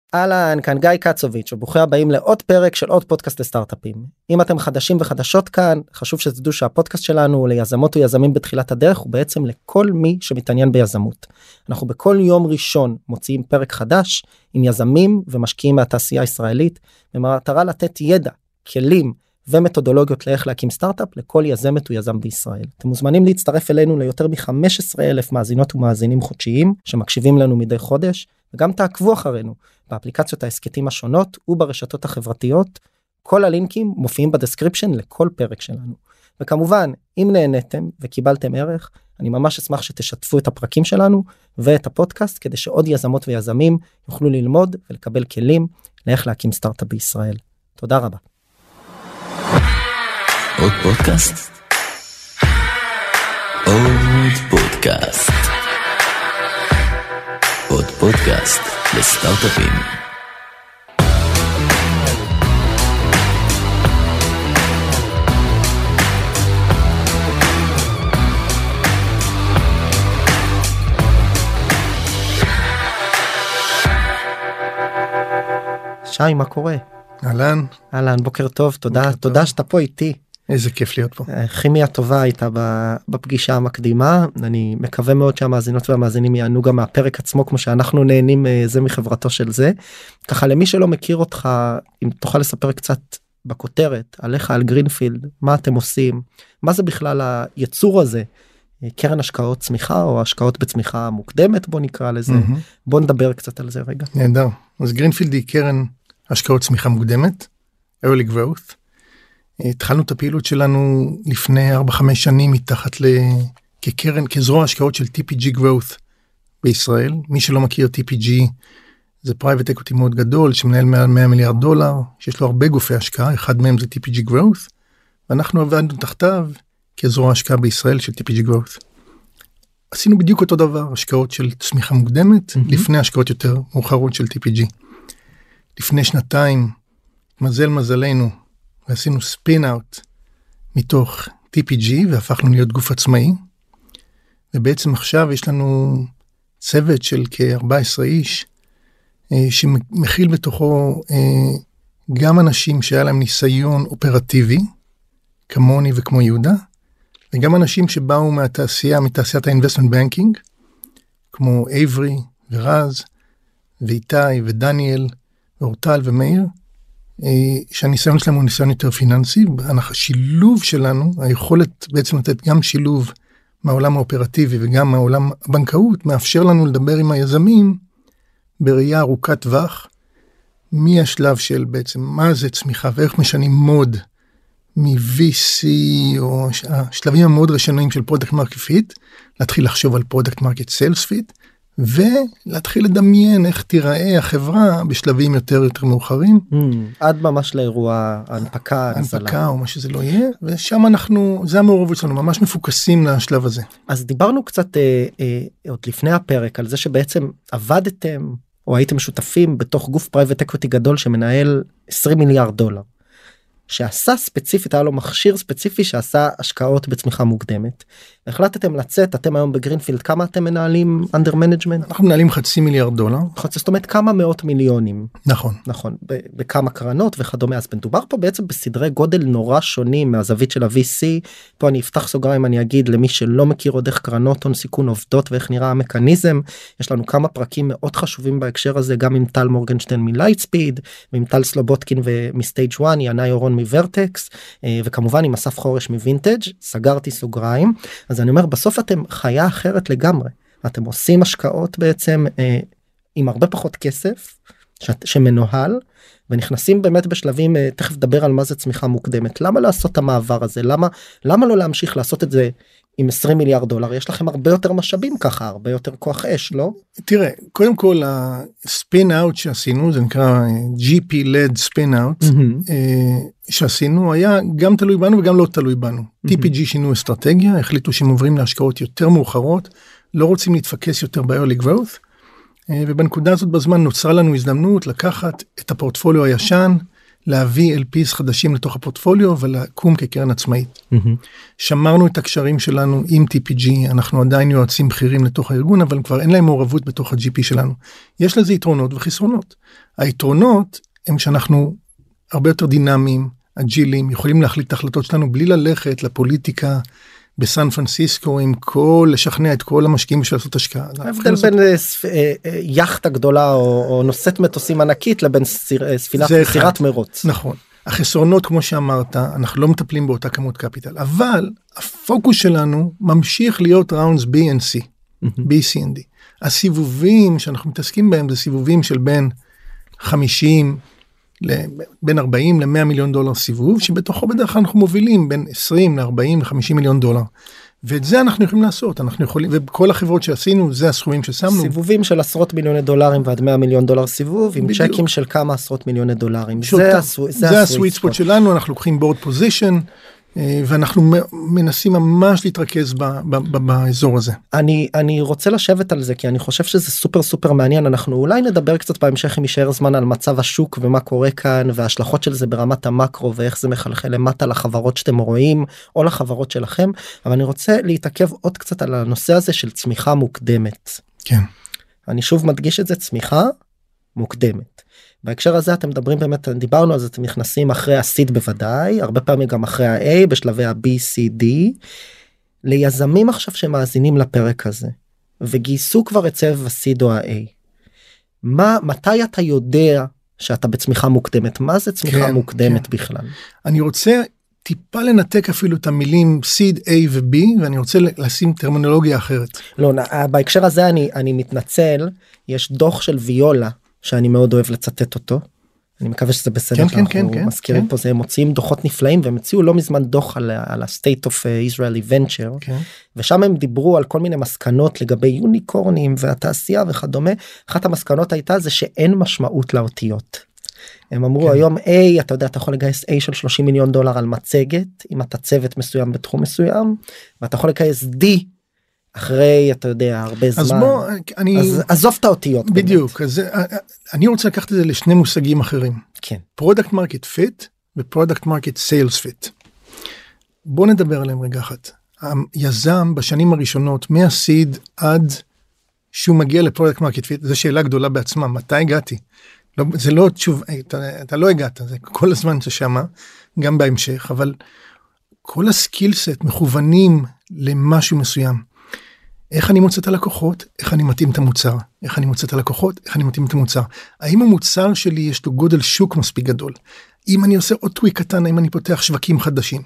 אהלן, כאן גיא קצוביץ' וברוכים הבאים לעוד פרק של עוד פודקאסט לסטארט-אפים. אם אתם חדשים וחדשות כאן, חשוב שתדעו שהפודקאסט שלנו ליזמות ויזמים בתחילת הדרך הוא בעצם לכל מי שמתעניין ביזמות. אנחנו בכל יום ראשון מוציאים פרק חדש עם יזמים ומשקיעים מהתעשייה הישראלית, במטרה לתת ידע, כלים ומתודולוגיות לאיך להקים סטארט-אפ לכל יזמת ויזם בישראל. אתם מוזמנים להצטרף אלינו ליותר מ-15,000 מאזינות ומאזינים חודשיים שמקשיבים לנו מדי חודש, וגם תעקבו אחרינו באפליקציות העסקתים השונות וברשתות החברתיות. כל הלינקים מופיעים בדסקריפשן לכל פרק שלנו. וכמובן, אם נהניתם וקיבלתם ערך, אני ממש אשמח שתשתפו את הפרקים שלנו ואת הפודקאסט, כדי שעוד יזמות ויזמים יוכלו ללמוד ולקבל כלים לאיך להקים סטארט-אפ בישראל. תודה רבה. עוד פודקאסט? עוד פודקאסט. עוד פודקאסט לסטארט-אפים. שי, מה קורה? אהלן. אהלן, בוקר טוב, תודה שאתה פה איתי. איזה כיף להיות פה. כימיה טובה הייתה בפגישה המקדימה, אני מקווה מאוד שהמאזינות והמאזינים יענו גם מהפרק עצמו כמו שאנחנו נהנים זה מחברתו של זה. ככה למי שלא מכיר אותך, אם תוכל לספר קצת בכותרת עליך, על גרינפילד, מה אתם עושים, מה זה בכלל היצור הזה, קרן השקעות צמיחה או השקעות בצמיחה מוקדמת, בוא נקרא לזה, בוא נדבר קצת על זה רגע. נהדר, אז גרינפילד היא קרן השקעות צמיחה מוקדמת, early growth. התחלנו את הפעילות שלנו לפני 4-5 שנים מתחת כקרן, כזרוע השקעות של TPG Growth בישראל. מי שלא מכיר, TPG זה private equity מאוד גדול שמנהל מעל $100 מיליארד, שיש לו הרבה גופי השקעה, אחד מהם זה TPG Growth, ואנחנו עבדנו תחתיו כזרוע השקעה בישראל של TPG Growth. עשינו בדיוק אותו דבר, השקעות של צמיחה מוקדמת, לפני השקעות יותר מאוחרות של TPG. לפני שנתיים, מזלנו, ועשינו ספין אאוט מתוך TPG והפכנו להיות גוף עצמאי, ובעצם עכשיו יש לנו צוות של כ-14 איש שמכיל בתוכו גם אנשים שהיה להם ניסיון אופרטיבי כמוני וכמו יהודה, וגם אנשים שבאו מתעשיית האינבסטמנט בנקינג כמו אייברי ורז ואיתי ודניאל ואורטל ומאיר, שהניסיון שלנו הוא ניסיון יותר פיננסי. השילוב שלנו, היכולת בעצם לתת גם שילוב מהעולם האופרטיבי וגם מהעולם הבנקאות, מאפשר לנו לדבר עם היזמים בראייה ארוכת טווח, מהשלב של בעצם מה זה צמיחה ואיך משנים מוד מ-VC או השלבים המאוד ראשוניים של פרודקט מרקט פיט, להתחיל לחשוב על פרודקט מרקט סיילס פיט, ולהתחיל לדמיין איך תיראה החברה בשלבים יותר מאוחרים. עד ממש לאירוע ההנפקה או מה שזה לא יהיה, ושם זה המעורבות שלנו, ממש מפוקסים לשלב הזה. אז דיברנו קצת עוד לפני הפרק על זה שבעצם עבדתם או הייתם שותפים בתוך גוף פרייבט אקוויטי גדול שמנהל $20 מיליארד. שעשה ספציפית, היה לו מכשיר ספציפי שעשה השקעות בצמיחה מוקדמת. החלטתם לצאת, אתם היום בגרינפילד, כמה אתם מנהלים under management? אנחנו מנהלים $500 מיליארד. זאת אומרת כמה מאות מיליונים. נכון. נכון, בכמה קרנות וכדומה. אז מדובר פה בעצם בסדרי גודל נורא שונים מהזווית של ה-VC. פה אני אפתח סוגריים, אני אגיד למי שלא מכיר עוד איך קרנות הון סיכון עובדות ואיך נראה המכניזם. יש לנו כמה פרקים מאוד חשובים בהקשר הזה, גם עם טל מורגנשטיין מלייטספיד, ועם טל סלובודקין ומסטייג' 1, ינאי אורון מוורטקס, וכמובן עם אסף חורש מווינטג'. סגרתי סוגריים. אז אני אומר, בסוף אתם חיה אחרת לגמרי. אתם עושים השקעות בעצם עם הרבה פחות כסף שמנוהל, ונכנסים באמת בשלבים, תכף דבר על מה זה צמיחה מוקדמת. למה לעשות את המעבר הזה? למה לא להמשיך לעשות את זה עם $20 מיליארד? יש לכם הרבה יותר משאבים ככה, הרבה יותר כוח אש, לא? תראה, קודם כל הספין אאוט שעשינו, זה נקרא GP-led spin out, שעשינו היה גם תלוי בנו וגם לא תלוי בנו. TPG שינו אסטרטגיה, החליטו שהם עוברים להשקעות יותר מאוחרות, לא רוצים להתפקס יותר ב-early growth, ובנקודה הזאת בזמן נוצרה לנו הזדמנות לקחת את הפורטפוליו הישן, להביא LPs חדשים לתוך הפורטפוליו ולקום כקרן עצמאית. שמרנו את הקשרים שלנו עם TPG, אנחנו עדיין יועצים בכירים לתוך הארגון, אבל כבר אין להם מעורבות בתוך ה-GP שלנו. יש לזה יתרונות וחסרונות. היתרונות הם שאנחנו הרבה יותר דינמיים, אג'ילים, יכולים להחליט את ההחלטות שלנו בלי ללכת לפוליטיקה בסן פרנסיסקו, עם לשכנע את כל המשקיעים בשביל לעשות השקעה. ההבדל בין יאכטה גדולה או נושאת מטוסים ענקית לבין סירת מרוץ. נכון. החסרונות, כמו שאמרת, אנחנו לא מטפלים באותה כמות קפיטל, אבל הפוקוס שלנו ממשיך להיות ראונדס B and C, B, C and D. הסיבובים שאנחנו מתעסקים בהם זה סיבובים של בין 40 ל-100 מיליון דולר סיבוב, שבתוכו בדרך כלל אנחנו מובילים בין 20 ל-40 ל-50 מיליון דולר. ואת זה אנחנו יכולים לעשות, אנחנו יכולים, ובכל החברות שעשינו, זה הסכומים ששמנו. סיבובים של עשרות מיליוני דולרים ועד 100 מיליון דולר סיבוב, עם צ'קים של כמה עשרות מיליוני דולרים. זה הסוויט ספוט שלנו, אנחנו לוקחים בורד פוזישן, ואנחנו מנסים ממש להתרכז באזור הזה. אני רוצה לשבת על זה, כי אני חושב שזה סופר סופר מעניין. אנחנו אולי נדבר קצת בהמשך אם יישאר זמן על מצב השוק ומה קורה כאן, וההשלכות של זה ברמת המקרו, ואיך זה מחלחל למטה לחברות שאתם רואים, או לחברות שלכם. אבל אני רוצה להתעכב עוד קצת על הנושא הזה של צמיחה מוקדמת. כן. אני שוב מדגיש את זה, צמיחה מוקדמת. בהקשר הזה אתם מדברים באמת, דיברנו על זה, אתם נכנסים אחרי ה-seed בוודאי, הרבה פעמים גם אחרי ה-A, בשלבי ה-B, C, D, ליזמים עכשיו שמאזינים לפרק הזה, וגייסו כבר את סבב ה-seed או ה-A. מתי אתה יודע שאתה בצמיחה מוקדמת? מה זה צמיחה מוקדמת בכלל? אני רוצה טיפה לנתק אפילו את המילים seed, A ו-B, ואני רוצה לשים טרמינולוגיה אחרת. לא, בהקשר הזה אני מתנצל, יש דוח של ויולה, שאני מאוד אוהב לצטט אותו. אני מקווה שזה בסדר. אנחנו מזכירים פה, זה הם מוציאים דוחות נפלאים, והם הציעו לא מזמן דוח על ה-State of Israeli Venture, ושם הם דיברו על כל מיני מסקנות לגבי יוניקורנים והתעשייה וכדומה. אחת המסקנות הייתה זה שאין משמעות לאותיות. הם אמרו היום A, אתה יודע, אתה יכול לגייס A של 30 מיליון דולר על מצגת, אם אתה צוות מסוים בתחום מסוים, ואתה יכול לגייס D, אחרי, אתה יודע, הרבה זמן. אז עזוב את האותיות. בדיוק. אז אני רוצה לקחת את זה לשני מושגים אחרים. כן. Product Market Fit ו-Product Market Sales Fit. בוא נדבר עליהם רגע אחת. היזם בשנים הראשונות, מהסיד עד שהוא מגיע ל-Product Market Fit, זו שאלה גדולה בעצמה. מתי הגעתי? זה לא תשוב, אתה לא הגעת, זה כל הזמן ששמה, גם בהמשך, אבל כל הסקילסט מכוונים למשהו מסוים. איך אני מוצא את הלקוחות, איך אני מתאים את המוצר, איך אני מוצא את הלקוחות, איך אני מתאים את המוצר. האם המוצר שלי יש לו גודל שוק מספיק גדול? אם אני עושה עוד טוויק קטן, האם אני פותח שווקים חדשים?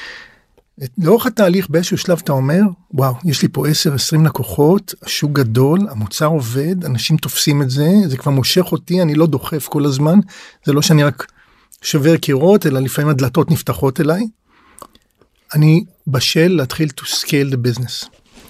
לאורך התהליך באיזשהו שלב אתה אומר, וואו, יש לי פה 10-20 לקוחות, השוק גדול, המוצר עובד, אנשים תופסים את זה, זה כבר מושך אותי, אני לא דוחף כל הזמן, זה לא שאני רק שובר קירות, אלא לפעמים הדלתות נפתחות אליי. אני בשל להתחיל to scale the business.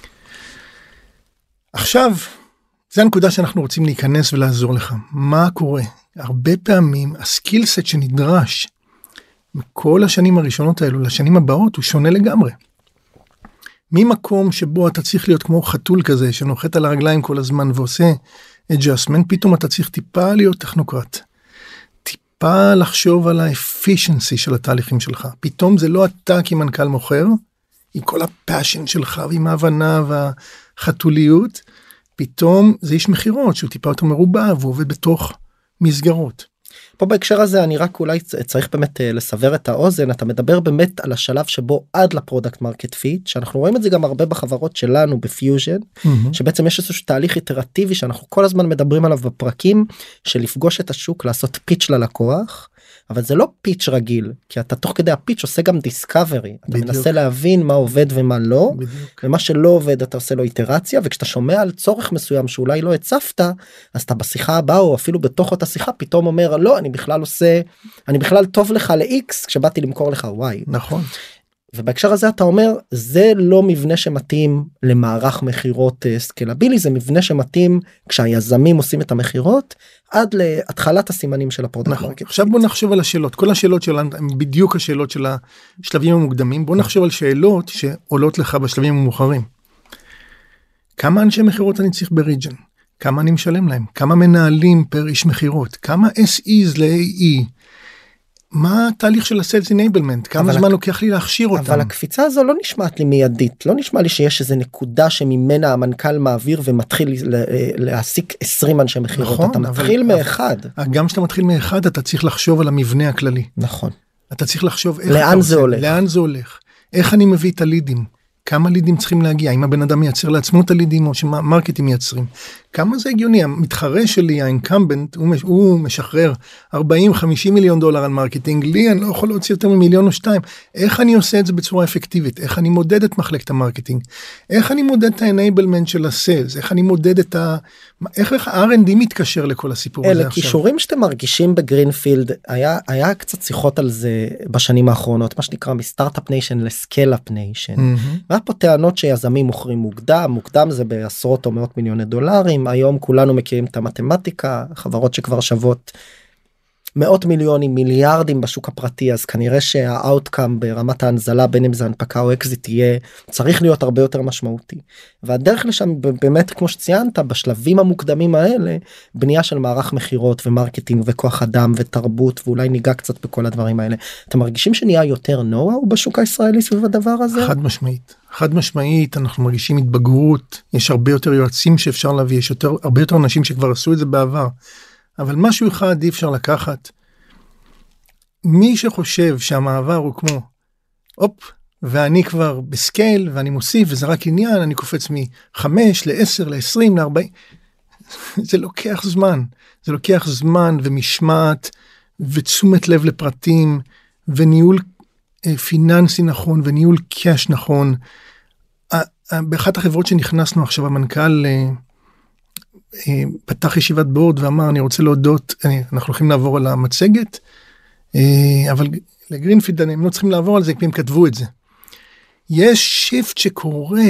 עכשיו, זו הנקודה שאנחנו רוצים להיכנס ולעזור לך. מה קורה? הרבה פעמים הסקילסט שנדרש מכל השנים הראשונות האלו לשנים הבאות הוא שונה לגמרי. ממקום שבו אתה צריך להיות כמו חתול כזה שנוחת על הרגליים כל הזמן ועושה adjustment, פתאום אתה צריך טיפה להיות טכנוקרט. טיפה לחשוב על האפישנסי של התהליכים שלך. פתאום זה לא אתה כמנכ"ל מוכר, עם כל הפאשן שלך ועם ההבנה והחתוליות, פתאום זה איש מחירות שהוא טיפה יותר מרובע והוא עובד בתוך מסגרות. פה בהקשר הזה אני רק אולי צריך באמת לסבר את האוזן. אתה מדבר באמת על השלב שבו עד לפרודקט מרקט פיט, שאנחנו רואים את זה גם הרבה בחברות שלנו בפיוז'ן, שבעצם יש איזשהו תהליך איטרטיבי שאנחנו כל הזמן מדברים עליו בפרקים, של לפגוש את השוק, לעשות פיץ' ללקוח, אבל זה לא פיץ' רגיל, כי אתה תוך כדי הפיץ' עושה גם דיסקאברי, אתה מנסה להבין מה עובד ומה לא, ומה שלא עובד אתה עושה לו איטרציה, וכשאתה שומע על צורך מסוים שאולי לא הצפת, אז אתה בשיחה הבאה או אפילו בתוך אותה שיחה פתאום אומר לא, אני בכלל טוב לך ל-X כשבאתי למכור לך Y. נכון. ובהקשר הזה אתה אומר זה לא מבנה שמתאים למערך מחירות סקלבילי, זה מבנה שמתאים כשהיזמים עושים את המחירות עד להתחלת הסימנים של הפרודקט מרקט. עכשיו בוא נחשוב על השאלות, כל השאלות שלנו הם בדיוק השאלות של השלבים המוקדמים. בוא נחשוב על שאלות שעולות לך בשלבים המאוחרים. כמה אנשי מחירות אני צריך בריג'ן? כמה אני משלם להם? כמה מנהלים פר איש מחירות? כמה SEs ל-AE? מה התהליך של ה-Sales Enablement? כמה זמן לוקח לי להכשיר אותם? אבל הקפיצה הזו לא נשמעת לי מיידית, לא נשמע לי שיש איזה נקודה שממנה המנכ"ל מעביר ומתחיל להעסיק 20 אנשי מחירות, נכון, אתה מתחיל מאחד. גם כשאתה מתחיל מאחד, אתה צריך לחשוב על המבנה הכללי. נכון. אתה צריך לחשוב איך לאן זה הולך. לאן זה הולך. איך אני מביא את הלידים? כמה לידים צריכים להגיע? אם הבן אדם מייצר לעצמו את הלידים או שמרקטים מייצרים? כמה זה הגיוני? המתחרה שלי, האינקמבנט, הוא משחרר 40-50 מיליון דולר על מרקטינג. לי אני לא יכול להוציא יותר ממיליון או 2. איך אני עושה את זה בצורה אפקטיבית? איך אני מודד את מחלקת המרקטינג? איך אני מודד את ה-enablement של הסיילס? איך אני מודד את איך ה-R&D מתקשר לכל הסיפור הזה עכשיו? אלה כישורים שאתם מרגישים בגרינפילד, היה קצת שיחות על זה בשנים האחרונות, מה שנקרא מסטארט-אפ ניישן לסקייל-אפ ניישן. והיה פה טענות שיזמים מוכרים מוקדם זה בעשרות או מאות מיליוני דולרים, היום כולנו מכירים את המתמטיקה, חברות שכבר שוות מאות מיליונים, מיליארדים בשוק הפרטי, אז כנראה שהאוטקאם ברמת ההנזלה, בין אם זה הנפקה או אקזיט, צריך להיות הרבה יותר משמעותי. והדרך לשם באמת, כמו שציינת, בשלבים המוקדמים האלה, בנייה של מערך מחירות ומרקטינג וכוח אדם ותרבות, ואולי ניגע קצת בכל הדברים האלה. אתם מרגישים שנהיה יותר נואו בשוק הישראלי סביב הדבר הזה? חד משמעית, אנחנו מרגישים התבגרות, יש הרבה יותר יועצים שאפשר להביא, יש הרבה יותר אנשים שכבר עשו את זה בעבר. אבל משהו אחד אי אפשר לקחת. מי שחושב שהמעבר הוא כמו, ואני כבר בסקייל, ואני מוסיף, וזה רק עניין, אני קופץ מ-5 ל-10, ל-20, ל-40, זה לוקח זמן. זה לוקח זמן ומשמעת, ותשומת לב לפרטים, וניהול פיננסי נכון, וניהול קאש נכון. באחת החברות שנכנסנו עכשיו, המנכ"ל פתח ישיבת בורד ואמר, אני רוצה להודות, אנחנו הולכים לעבור על המצגת, אבל לגרינפילד הם לא צריכים לעבור על זה, כי הם כתבו את זה. יש שיפט שקורה,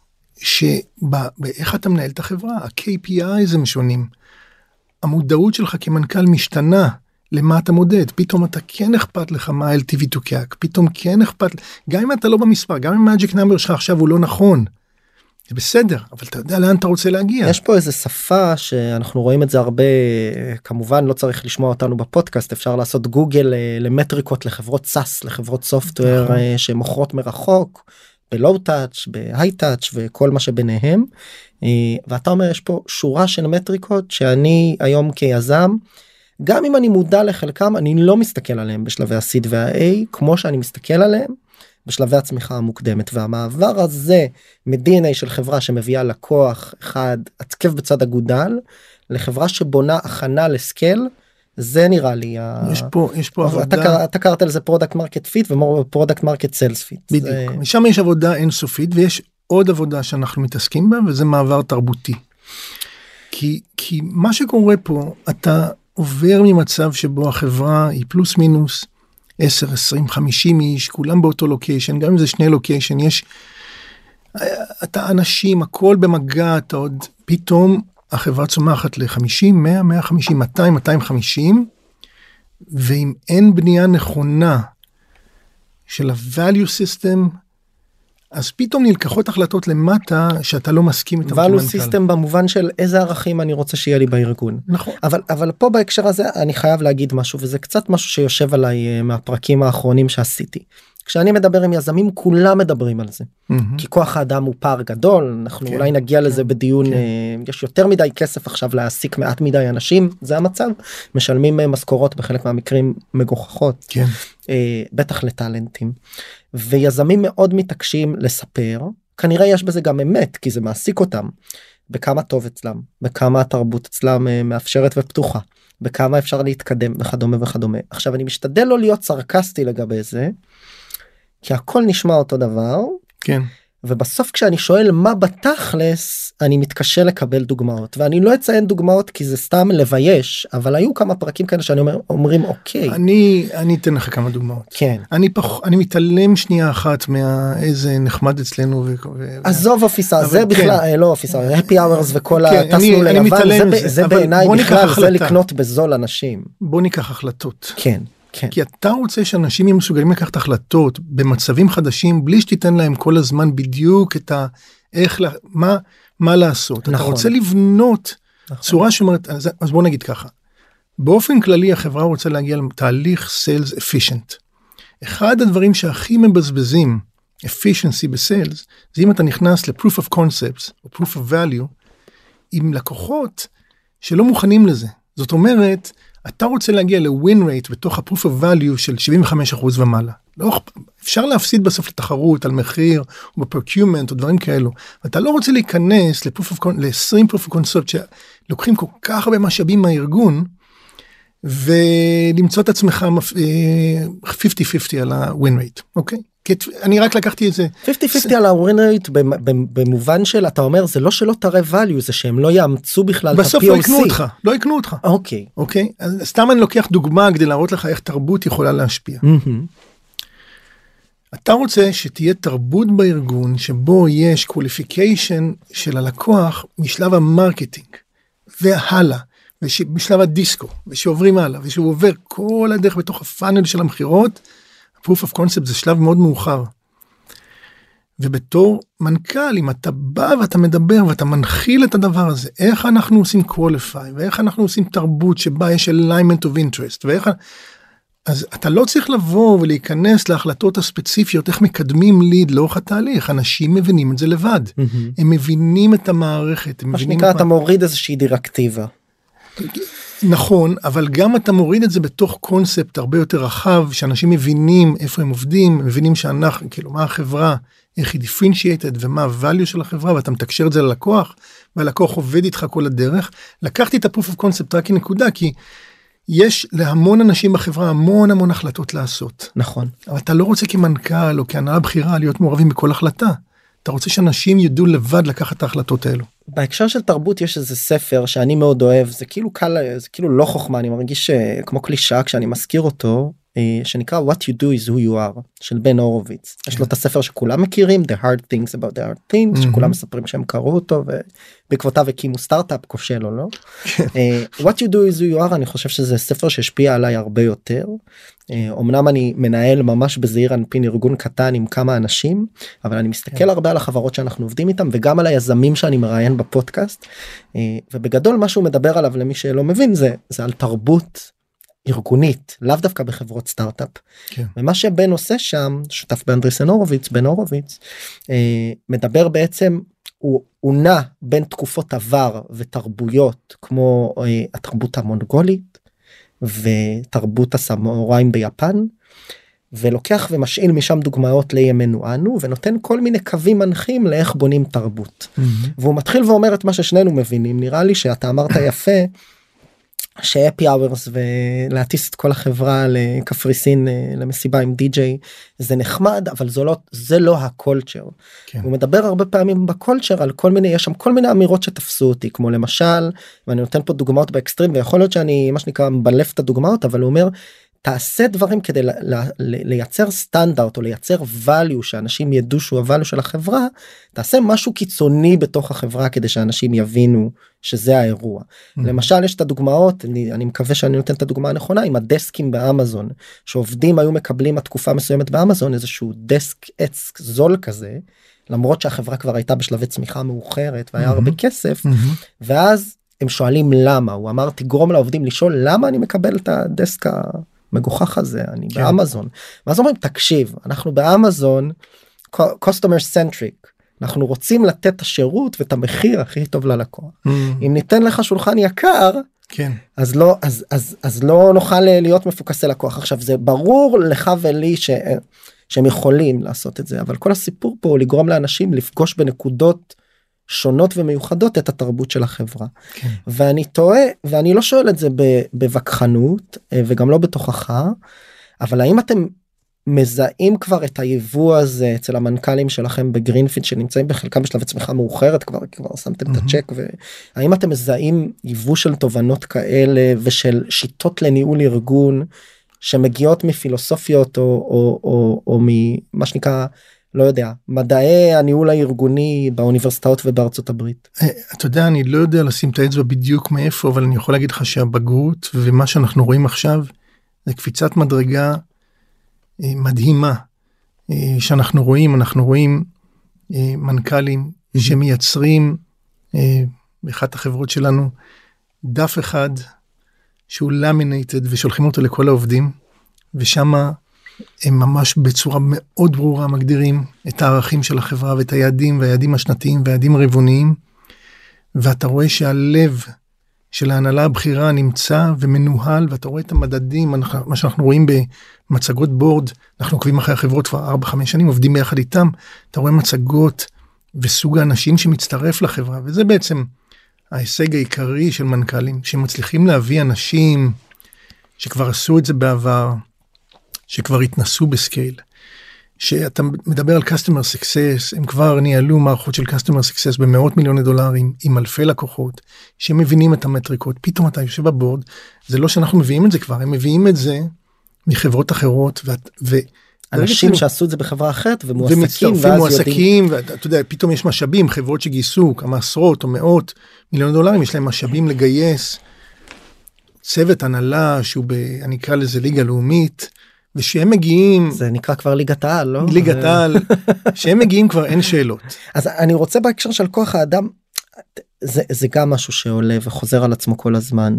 באיך אתה מנהל את החברה, ה-KPI זה משונים. המודעות שלך כמנכ"ל משתנה, למה אתה מודד, פתאום אתה כן אכפת לך מה ה-LTV to CAC, פתאום כן אכפת, גם אם אתה לא במספר, גם אם magic number שלך עכשיו הוא לא נכון, זה בסדר, אבל אתה יודע לאן אתה רוצה להגיע. יש פה איזה שפה שאנחנו רואים את זה הרבה, כמובן לא צריך לשמוע אותנו בפודקאסט, אפשר לעשות גוגל למטריקות לחברות סאס, לחברות סופטוור שמוכרות מרחוק, בלואו טאץ', בהיי טאץ' וכל מה שביניהם, ואתה אומר יש פה שורה של מטריקות שאני היום כיזם, גם אם אני מודע לחלקם, אני לא מסתכל עליהם בשלבי ה-seed וה-A, כמו שאני מסתכל עליהם בשלבי הצמיחה המוקדמת, והמעבר הזה מ-DNA של חברה שמביאה לקוח אחד עקב בצד אגודל, לחברה שבונה הכנה לסקייל, זה נראה לי יש פה עבודה, אתה קראת על זה פרודקט מרקט פיט ופרודקט מרקט סיילס פיט. בדיוק, משם יש עבודה אינסופית, ויש עוד עבודה שאנחנו מתעסקים בה, וזה מעבר תרבותי. כי מה שקורה פה, אתה עובר ממצב שבו החברה היא פלוס מינוס 10, 20, 50 איש, כולם באותו לוקיישן, גם אם זה שני לוקיישן, יש, אתה אנשים, הכל במגע, אתה עוד, פתאום החברה צומחת ל-50, 100, 150, 200, 250, ואם אין בנייה נכונה של ה-value system, אז פתאום נלקחות החלטות למטה שאתה לא מסכים איתם. value system במובן של איזה ערכים אני רוצה שיהיה לי בארגון. נכון. אבל פה בהקשר הזה אני חייב להגיד משהו, וזה קצת משהו שיושב עליי מהפרקים האחרונים שעשיתי. כשאני מדבר עם יזמים, כולם מדברים על זה. כי כוח האדם הוא פער גדול, אנחנו אולי נגיע לזה בדיון, יש יותר מדי כסף עכשיו להעסיק מעט מדי אנשים, זה המצב. משלמים משכורות בחלק מהמקרים מגוחכות. כן. בטח לטלנטים. ויזמים מאוד מתעקשים לספר, כנראה יש בזה גם אמת, כי זה מעסיק אותם, בכמה טוב אצלם, בכמה התרבות אצלם מאפשרת ופתוחה, בכמה אפשר להתקדם וכדומה וכדומה. עכשיו אני משתדל לא להיות סרקסטי לגבי זה, כי הכל נשמע אותו דבר, כן. ובסוף כשאני שואל מה בתכלס, אני מתקשה לקבל דוגמאות, ואני לא אציין דוגמאות כי זה סתם לבייש, אבל היו כמה פרקים כאלה שאני אומרים אוקיי. אני אתן לך כמה דוגמאות. כן. אני מתעלם שנייה אחת מאיזה נחמד אצלנו. עזוב אופיסר, זה בכלל, לא אופיסר, happy hours וכל הטסנו ליוון, זה בעיניי בכלל, זה לקנות בזול אנשים. בוא ניקח החלטות. כן. כן. כי אתה רוצה שאנשים יהיו מסוגלים לקחת החלטות במצבים חדשים, בלי שתיתן להם כל הזמן בדיוק את מה לעשות. נכון. אתה רוצה לבנות נכון. צורה שאומרת, אז בוא נגיד ככה, באופן כללי החברה רוצה להגיע לתהליך סיילס efficient. אחד הדברים שהכי מבזבזים efficiency בסיילס, זה אם אתה נכנס ל-proof of concepts או proof of value, עם לקוחות שלא מוכנים לזה. זאת אומרת, אתה רוצה להגיע ל-win rate בתוך ה-proof of value של 75% ומעלה. לא, אפשר להפסיד בסוף לתחרות על מחיר או ב-procurement או דברים כאלו. אתה לא רוצה להיכנס ל-20 proof of concept שלוקחים כל כך הרבה משאבים מהארגון, ולמצוא את עצמך 50-50 על ה-win rate, אוקיי? אני רק לקחתי את זה. 50-50 על ה-win rate במובן של, אתה אומר, זה לא שלא תראה value, זה שהם לא יאמצו בכלל את ה-POC. בסוף לא יקנו אותך. אוקיי. אוקיי? אז סתם אני לוקח דוגמה כדי להראות לך איך תרבות יכולה להשפיע. אתה רוצה שתהיה תרבות בארגון, שבו יש qualification של הלקוח משלב המרקטינג, והלאה. בשלב הדיסקו, ושעוברים הלאה, ושהוא עובר כל הדרך בתוך הפאנל של המחירות, proof of concept זה שלב מאוד מאוחר. ובתור מנכ"ל, אם אתה בא ואתה מדבר ואתה מנחיל את הדבר הזה, איך אנחנו עושים qualify, ואיך אנחנו עושים תרבות שבה יש alignment of interest, אז אתה לא צריך לבוא ולהיכנס להחלטות הספציפיות, איך מקדמים ליד לאורך התהליך, אנשים מבינים את זה לבד, הם מבינים את המערכת. מה שנקרא, אתה מוריד איזושהי דירקטיבה. נכון, אבל גם אתה מוריד את זה בתוך קונספט הרבה יותר רחב, שאנשים מבינים איפה הם עובדים, מבינים שאנחנו, כאילו, מה החברה, איך היא differentiated, ומה ה-value של החברה, ואתה מתקשר את זה ללקוח, והלקוח עובד איתך כל הדרך. לקחתי את ה-proof of concept רק כנקודה, כי יש להמון אנשים בחברה המון החלטות לעשות. נכון. אבל אתה לא רוצה כמנכ"ל או כהנהלה בכירה להיות מעורבים בכל החלטה. אתה רוצה שאנשים ידעו לבד לקחת את ההחלטות האלו. בהקשר של תרבות יש איזה ספר שאני מאוד אוהב, זה כאילו קל, זה כאילו לא חוכמה, אני מרגיש כמו קלישה כשאני מזכיר אותו, שנקרא What You Do Is Who You Are, של בן הורוביץ. יש לו את הספר שכולם מכירים, The Hard Things About the Hard Things, שכולם מספרים שהם קראו אותו, ובעקבותיו הקימו סטארט-אפ כושל או לא. What You Do Is Who You Are, אני חושב שזה ספר שהשפיע עליי הרבה יותר. אמנם אני מנהל ממש בזעיר אנפין ארגון קטן עם כמה אנשים, אבל אני מסתכל הרבה על החברות שאנחנו עובדים איתם, וגם על היזמים שאני מראיין בפודקאסט, ובגדול מה שהוא מדבר עליו למי שלא מבין זה על תרבות ארגונית, לאו דווקא בחברות סטארט-אפ. כן. ומה שבן עושה שם, שותף באנדריסן הורוביץ, בן הורוביץ, מדבר בעצם, הוא נע בין תקופות עבר ותרבויות, כמו התרבות המונגולית, ותרבות הסמוראים ביפן, ולוקח ומשאיל משם דוגמאות לימינו אנו, ונותן כל מיני קווים מנחים לאיך בונים תרבות. והוא מתחיל ואומר את מה ששנינו מבינים, נראה לי שאתה אמרת יפה, שהפי אאוורס ולהטיס את כל החברה לקפריסין למסיבה עם די-ג'יי זה נחמד, אבל זה לא הקולצ'ר. כן. הוא מדבר הרבה פעמים בקולצ'ר על כל מיני, יש שם כל מיני אמירות שתפסו אותי, כמו למשל, ואני נותן פה דוגמאות באקסטרים, ויכול להיות שאני מה שנקרא מבלף את הדוגמאות, אבל הוא אומר, תעשה דברים כדי לייצר סטנדרט או לייצר value שאנשים ידעו שהוא ה-value של החברה, תעשה משהו קיצוני בתוך החברה כדי שאנשים יבינו שזה האירוע. למשל יש את הדוגמאות, אני מקווה שאני נותן את הדוגמה הנכונה, עם הדסקים באמזון, שעובדים היו מקבלים התקופה מסוימת באמזון, איזשהו דסק עץ זול כזה, למרות שהחברה כבר הייתה בשלבי צמיחה מאוחרת והיה הרבה כסף, ואז הם שואלים למה, הוא אמר תגרום לעובדים לשאול למה אני מקבל את הדסק מגוחך הזה, אני באמזון. ואז אומרים, תקשיב, אנחנו באמזון, customer centric, אנחנו רוצים לתת את השירות ואת המחיר הכי טוב ללקוח. אם ניתן לך שולחן יקר, אז לא נוכל להיות מפוקס ללקוח. עכשיו, זה ברור לך ולי שהם יכולים לעשות את זה, אבל כל הסיפור פה הוא לגרום לאנשים לפגוש בנקודות שונות ומיוחדות את התרבות של החברה. כן. ואני טועה, ואני לא שואל את זה בווכחנות, וגם לא בתוכחה, אבל האם אתם מזהים כבר את היבוא הזה אצל המנכ"לים שלכם בגרינפילד, שנמצאים בחלקם בשלבי צמיחה מאוחרת, כבר שמתם את הצ'ק, והאם אתם מזהים יבוא של תובנות כאלה, ושל שיטות לניהול ארגון, שמגיעות מפילוסופיות, או ממה שנקרא, לא יודע, מדעי הניהול הארגוני באוניברסיטאות ובארצות הברית. אתה יודע, אני לא יודע לשים את האצבע בדיוק מאיפה, אבל אני יכול להגיד לך שהבגרות ומה שאנחנו רואים עכשיו, זה קפיצת מדרגה מדהימה שאנחנו רואים מנכ"לים שמייצרים באחת החברות שלנו דף אחד שהוא laminated ושולחים אותו לכל העובדים, ושם הם ממש בצורה מאוד ברורה מגדירים את הערכים של החברה ואת היעדים והיעדים השנתיים והיעדים הרבעוניים, ואתה רואה שהלב של ההנהלה הבכירה נמצא ומנוהל, ואתה רואה את המדדים, מה שאנחנו רואים במצגות בורד, אנחנו עוקבים אחרי החברות כבר 4-5 שנים, עובדים ביחד איתם, אתה רואה מצגות וסוג האנשים שמצטרף לחברה, וזה בעצם ההישג העיקרי של מנכ"לים, שמצליחים להביא אנשים שכבר עשו את זה בעבר, שכבר התנסו בסקייל, שאתה מדבר על customer success, הם כבר ניהלו מערכות של customer success במאות מיליוני דולרים, עם אלפי לקוחות, שמבינים את המטריקות, פתאום אתה יושב בבורד, זה לא שאנחנו מביאים את זה כבר, הם מביאים את זה מחברות אחרות, אנשים שעשו את זה בחברה אחרת, ומועסקים, ואתה יודע, פתאום יש משאבים, חברות שגייסו כמה עשרות או מאות מיליון דולרים, יש להם משאבים לגייס, צוות הנהלה, שהוא אני אקרא לזה ליגה לאומית, ושהם מגיעים... זה נקרא כבר ליגת העל, לא? ליגת העל, שהם מגיעים כבר אין שאלות. אז אני רוצה בהקשר של כוח האדם, זה גם משהו שעולה וחוזר על עצמו כל הזמן.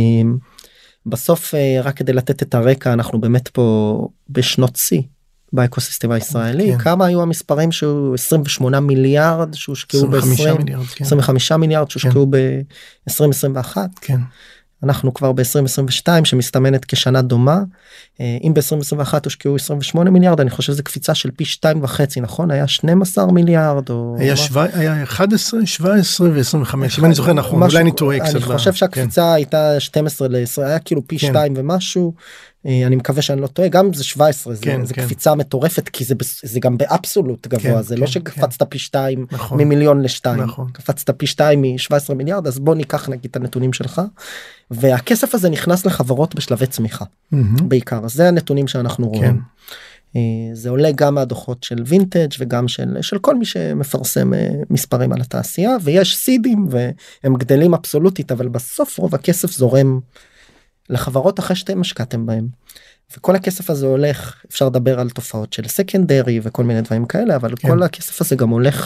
בסוף, רק כדי לתת את הרקע, אנחנו באמת פה בשנות שיא באקוסיסטם הישראלי. כמה היו המספרים שהוא 28 מיליארד שהושקעו ב-25 מיליארד שהושקעו ב-2021? כן. אנחנו כבר ב-2022 שמסתמנת כשנה דומה. אם ב-2021 הושקעו 28 מיליארד, אני חושב שזה קפיצה של פי 2.5, נכון? היה 12 מיליארד או... היה 11, 17 ו-25, אם אני זוכר נכון, אולי אני טועה קצת. אני חושב שהקפיצה הייתה 12 ל-20, היה כאילו פי 2 ומשהו, אני מקווה שאני לא טועה, גם זה 17, זה קפיצה מטורפת, כי זה גם באבסולוט גבוה, זה לא שקפצת פי 2 ממיליון ל-2, קפצת פי 2 מ-17 מיליארד, אז בוא ניקח נגיד את הנתונים שלך, והכסף הזה נכנס לחברות בשלבי צמיחה, בעיקר, זה הנתונים שאנחנו רואים. זה עולה גם מהדוחות של וינטג' וגם של כל מי שמפרסם מספרים על התעשייה, ויש סידים והם גדלים אבסולוטית, אבל בסוף רוב הכסף זורם לחברות אחרי שאתם השקעתם בהם. וכל הכסף הזה הולך, אפשר לדבר על תופעות של סקנדרי וכל מיני דברים כאלה, אבל כל הכסף הזה גם הולך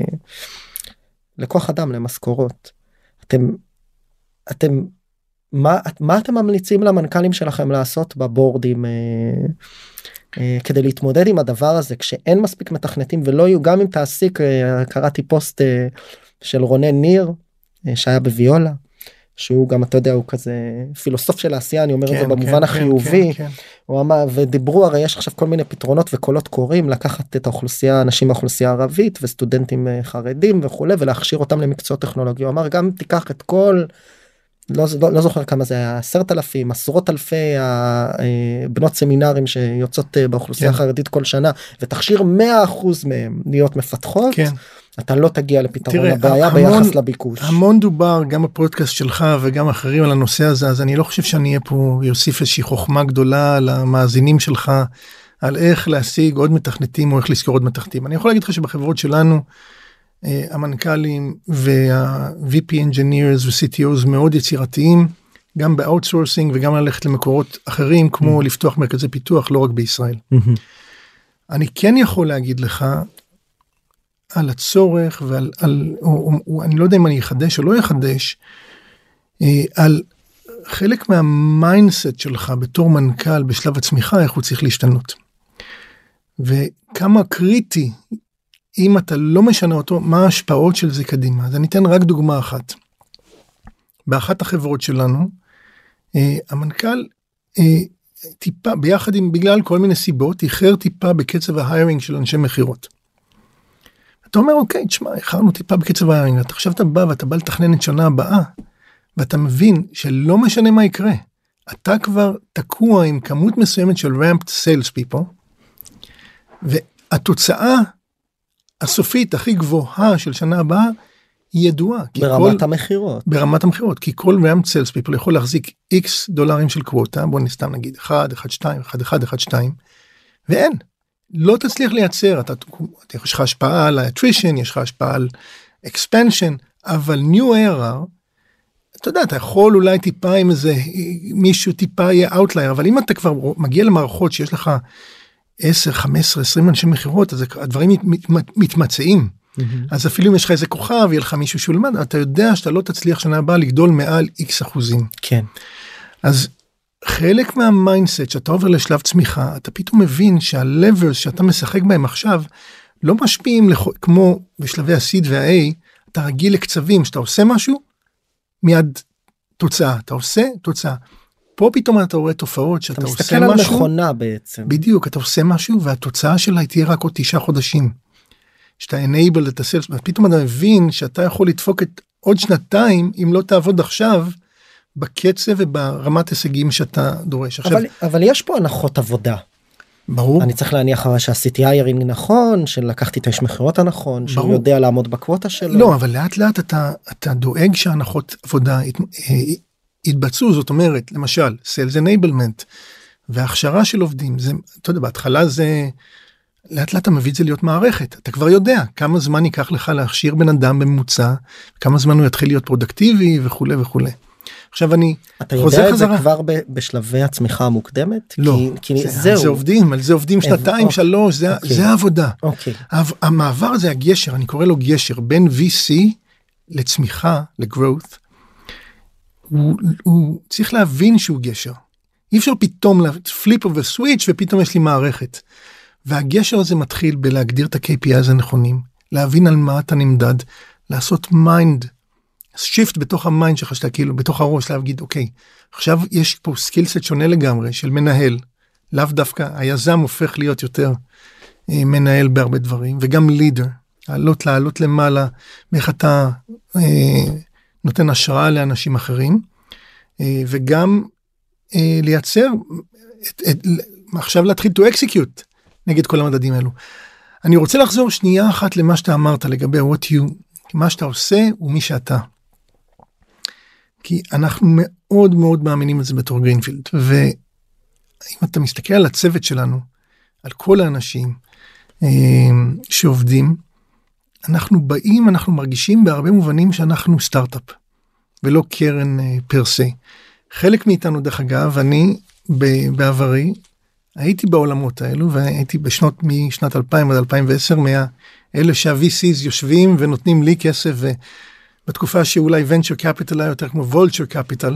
לכוח אדם, למשכורות. מה אתם ממליצים למנכ"לים שלכם לעשות בבורדים כדי להתמודד עם הדבר הזה, כשאין מספיק מתכנתים ולא יהיו, גם אם תעסיק, קראתי פוסט של רונן ניר, שהיה בוויולה, שהוא גם, אתה יודע, הוא כזה פילוסוף של העשייה, אני אומר את זה במובן החיובי, הוא אמר, ודיברו, הרי יש עכשיו כל מיני פתרונות וקולות קוראים, לקחת את האוכלוסייה, אנשים מהאוכלוסייה הערבית, וסטודנטים חרדים וכו', ולהכשיר אותם למקצוע טכנולוגי. הוא אמר, גם תיקח את כל, לא זוכר כמה זה היה, 10,000, עשרות אלפי בנות סמינרים שיוצאות באוכלוסייה החרדית כל שנה, ותכשיר 100% מהם להיות מפתחות, אתה לא תגיע לפתרון הבעיה ביחס לביקוש. המון דובר, גם בפודקאסט שלך וגם אחרים על הנושא הזה, אז אני לא חושב שאני אהיה פה יוסיף איזושהי חוכמה גדולה למאזינים שלך, על איך להשיג עוד מתכנתים או איך לזכור עוד מתכנתים. אני יכול להגיד לך שבחברות שלנו, המנכ"לים וה-VP Engineers ו-CTOs מאוד יצירתיים, גם באוטסורסינג וגם ללכת למקורות אחרים, כמו לפתוח מרכזי פיתוח, לא רק בישראל. אני כן יכול להגיד לך, על הצורך ועל, אני לא יודע אם אני אחדש או לא אחדש, על חלק מהמיינדסט שלך בתור מנכ"ל בשלב הצמיחה, איך הוא צריך להשתנות. וכמה קריטי, אם אתה לא משנה אותו, מה ההשפעות של זה קדימה. אז אני אתן רק דוגמה אחת. באחת החברות שלנו, המנכ"ל טיפה, ביחד עם, בגלל כל מיני סיבות, איחר טיפה בקצב ההיירינג של אנשי מחירות. אתה אומר, אוקיי, תשמע, איחרנו טיפה בקצב ההיירינג, אתה עכשיו אתה בא ואתה בא לתכנן את שנה הבאה, ואתה מבין שלא משנה מה יקרה, אתה כבר תקוע עם כמות מסוימת של ramped sales people, והתוצאה הסופית הכי גבוהה של שנה הבאה, היא ידועה. ברמת המחירות. ברמת המחירות, כי כל ramped sales people יכול להחזיק X דולרים של קווטה, בוא נסתם נגיד 1, 1, 2, 1, 1, 1, 2, ואין. לא תצליח לייצר, יש לך השפעה על ה-attrition, יש לך השפעה על expansion, אבל new ARR, אתה יודע, אתה יכול אולי טיפה עם איזה, מישהו טיפה יהיה outlier, אבל אם אתה כבר מגיע למערכות שיש לך 10, 15, 20 אנשי מחירות, אז הדברים מתמצאים. אז אפילו אם יש לך איזה כוכב, יהיה לך מישהו שהוא למד, אתה יודע שאתה לא תצליח שנה הבאה לגדול מעל X אחוזים. כן. אז חלק מהמיינדסט שאתה עובר לשלב צמיחה, אתה פתאום מבין שהלברס שאתה משחק בהם עכשיו, לא משפיעים כמו בשלבי ה-seed וה-A, אתה רגיל לקצבים, שאתה עושה משהו, מיד תוצאה, אתה עושה תוצאה. פה פתאום אתה רואה תופעות שאתה עושה משהו. אתה מסתכל על מכונה בעצם. בדיוק, אתה עושה משהו והתוצאה שלה תהיה רק עוד 9 חודשים. שאתה enable את הסלס, פתאום אתה מבין שאתה יכול לדפוק את עוד 2 אם לא תעבוד עכשיו, בקצב וברמת הישגים שאתה דורש. אבל יש פה הנחות עבודה. ברור. אני צריך להניח שעשיתי היירינג נכון, שלקחתי את האיש מכירות הנכון, שהוא יודע לעמוד בקווטה שלו. לא, אבל לאט לאט אתה דואג שהנחות עבודה יתבצעו, זאת אומרת, למשל, Sales Enablement, וההכשרה של עובדים, זה, אתה יודע, בהתחלה זה, לאט לאט אתה מביא את זה להיות מערכת, אתה כבר יודע כמה זמן ייקח לך להכשיר בן אדם בממוצע, כמה זמן הוא יתחיל להיות פרודקטיבי וכו' וכו'. עכשיו אני חוזר חזרה. אתה יודע את זה כבר בשלבי הצמיחה המוקדמת? לא, זה עובדים, על זה עובדים 2, 3, זה העבודה. המעבר הזה, הגשר, אני קורא לו גשר, בין VC לצמיחה, לגרוth, הוא צריך להבין שהוא גשר. אי אפשר פתאום פליפ אוף וסוויץ' ופתאום יש לי מערכת. והגשר הזה מתחיל בלהגדיר את ה-KPIs הנכונים, להבין על מה אתה נמדד, לעשות מיינד, שיפט בתוך המיינד שלך, שאתה כאילו בתוך הראש, להגיד, אוקיי, עכשיו יש פה סקילסט שונה לגמרי של מנהל, לאו דווקא, היזם הופך להיות יותר מנהל בהרבה דברים, וגם לידר, לעלות למעלה, איך אתה נותן השראה לאנשים אחרים, וגם לייצר, עכשיו להתחיל to execute נגד כל המדדים האלו. אני רוצה לחזור שנייה אחת למה שאתה אמרת לגבי what you, מה שאתה עושה ומי שאתה. כי אנחנו מאוד מאוד מאמינים את זה בתור גרינפילד, ואם אתה מסתכל על הצוות שלנו, על כל האנשים שעובדים, אנחנו מרגישים בהרבה מובנים שאנחנו סטארט-אפ, ולא קרן פרסי. חלק מאיתנו דרך אגב, אני בעברי, הייתי בעולמות האלו, והייתי משנת 2000 עד 2010, מאלה שה-VCs יושבים ונותנים לי כסף, ובתקופה שאולי venture capital היה יותר כמו vulture capital,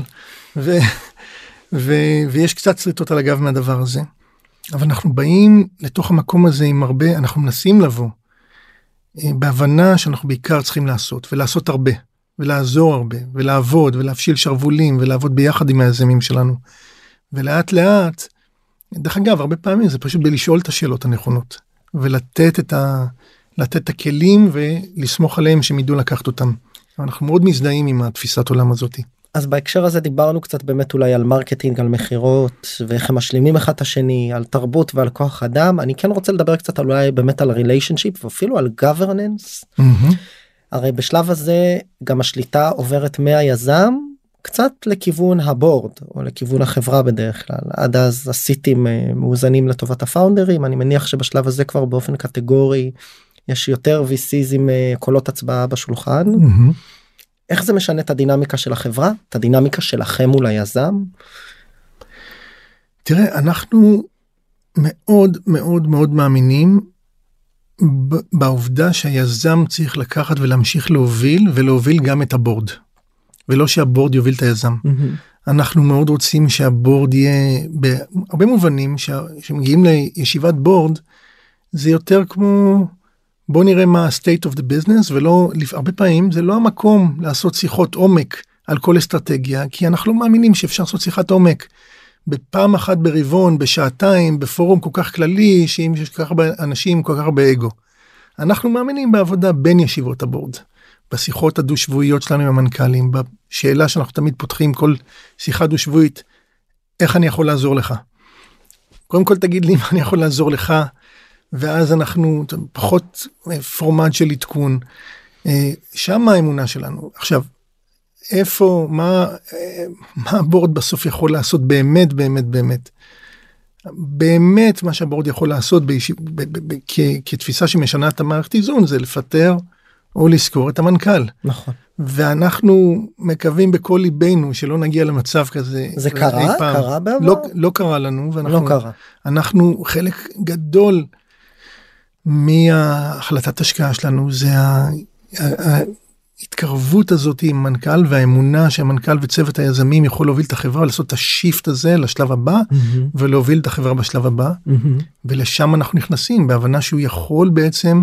ויש קצת שריטות על הגב מהדבר הזה. אבל אנחנו באים לתוך המקום הזה עם הרבה, אנחנו מנסים לבוא, בהבנה שאנחנו בעיקר צריכים לעשות, ולעשות הרבה, ולעזור הרבה, ולעבוד, ולהפשיל שרבולים, ולעבוד ביחד עם היזמים שלנו. ולאט לאט, דרך אגב, הרבה פעמים זה פשוט בלשאול את השאלות הנכונות, ולתת את הכלים, ולסמוך עליהם שהם ידעו לקחת אותם. אנחנו מאוד מזדהים עם התפיסת עולם הזאת. אז בהקשר הזה דיברנו קצת באמת אולי על מרקטינג, על מחירות, ואיך הם משלימים אחד את השני, על תרבות ועל כוח אדם. אני כן רוצה לדבר קצת אולי באמת על הריליישנשיפ, ואפילו על גוורננס. הרי בשלב הזה גם השליטה עוברת מהיזם, קצת לכיוון הבורד, או לכיוון החברה בדרך כלל. עד אז הסיטים מאוזנים לטובת הפאונדרים, אני מניח שבשלב הזה כבר באופן קטגורי, יש יותר VCs עם קולות הצבעה בשולחן. איך זה משנה את הדינמיקה של החברה? את הדינמיקה שלכם מול היזם? תראה, אנחנו מאוד מאוד מאוד מאמינים בעובדה שהיזם צריך לקחת ולהמשיך להוביל, ולהוביל גם את הבורד. ולא שהבורד יוביל את היזם. אנחנו מאוד רוצים שהבורד יהיה, בהרבה מובנים, שמגיעים לישיבת בורד, זה יותר כמו, בוא נראה מה ה-state of the business, ולא, הרבה פעמים זה לא המקום לעשות שיחות עומק על כל אסטרטגיה, כי אנחנו לא מאמינים שאפשר לעשות שיחת עומק, בפעם אחת ברבעון, בשעתיים, בפורום כל כך כללי, שאם יש כל כך הרבה אנשים, כל כך הרבה אגו. אנחנו מאמינים בעבודה בין ישיבות הבורד. בשיחות הדו-שבועיות שלנו עם המנכ"לים, בשאלה שאנחנו תמיד פותחים כל שיחה דו-שבועית, איך אני יכול לעזור לך? קודם כל תגיד לי מה אני יכול לעזור לך, ואז אנחנו פחות פורמט של עדכון, שם האמונה שלנו. עכשיו, איפה, מה הבורד בסוף יכול לעשות באמת, באמת, באמת? באמת מה שהבורד יכול לעשות כתפיסה שמשנה את המערכת איזון, זה לפטר או לזכור את המנכ"ל. נכון. ואנחנו מקווים בכל ליבנו שלא נגיע למצב כזה. זה קרה? קרה בעבר? לא קרה לנו. לא קרה. אנחנו חלק גדול מהחלטת השקעה שלנו, זה ההתקרבות הזאת עם מנכ"ל והאמונה שהמנכ"ל וצוות היזמים יכול להוביל את החברה, לעשות את השיפט הזה לשלב הבא, ולהוביל את החברה בשלב הבא, ולשם אנחנו נכנסים, בהבנה שהוא יכול בעצם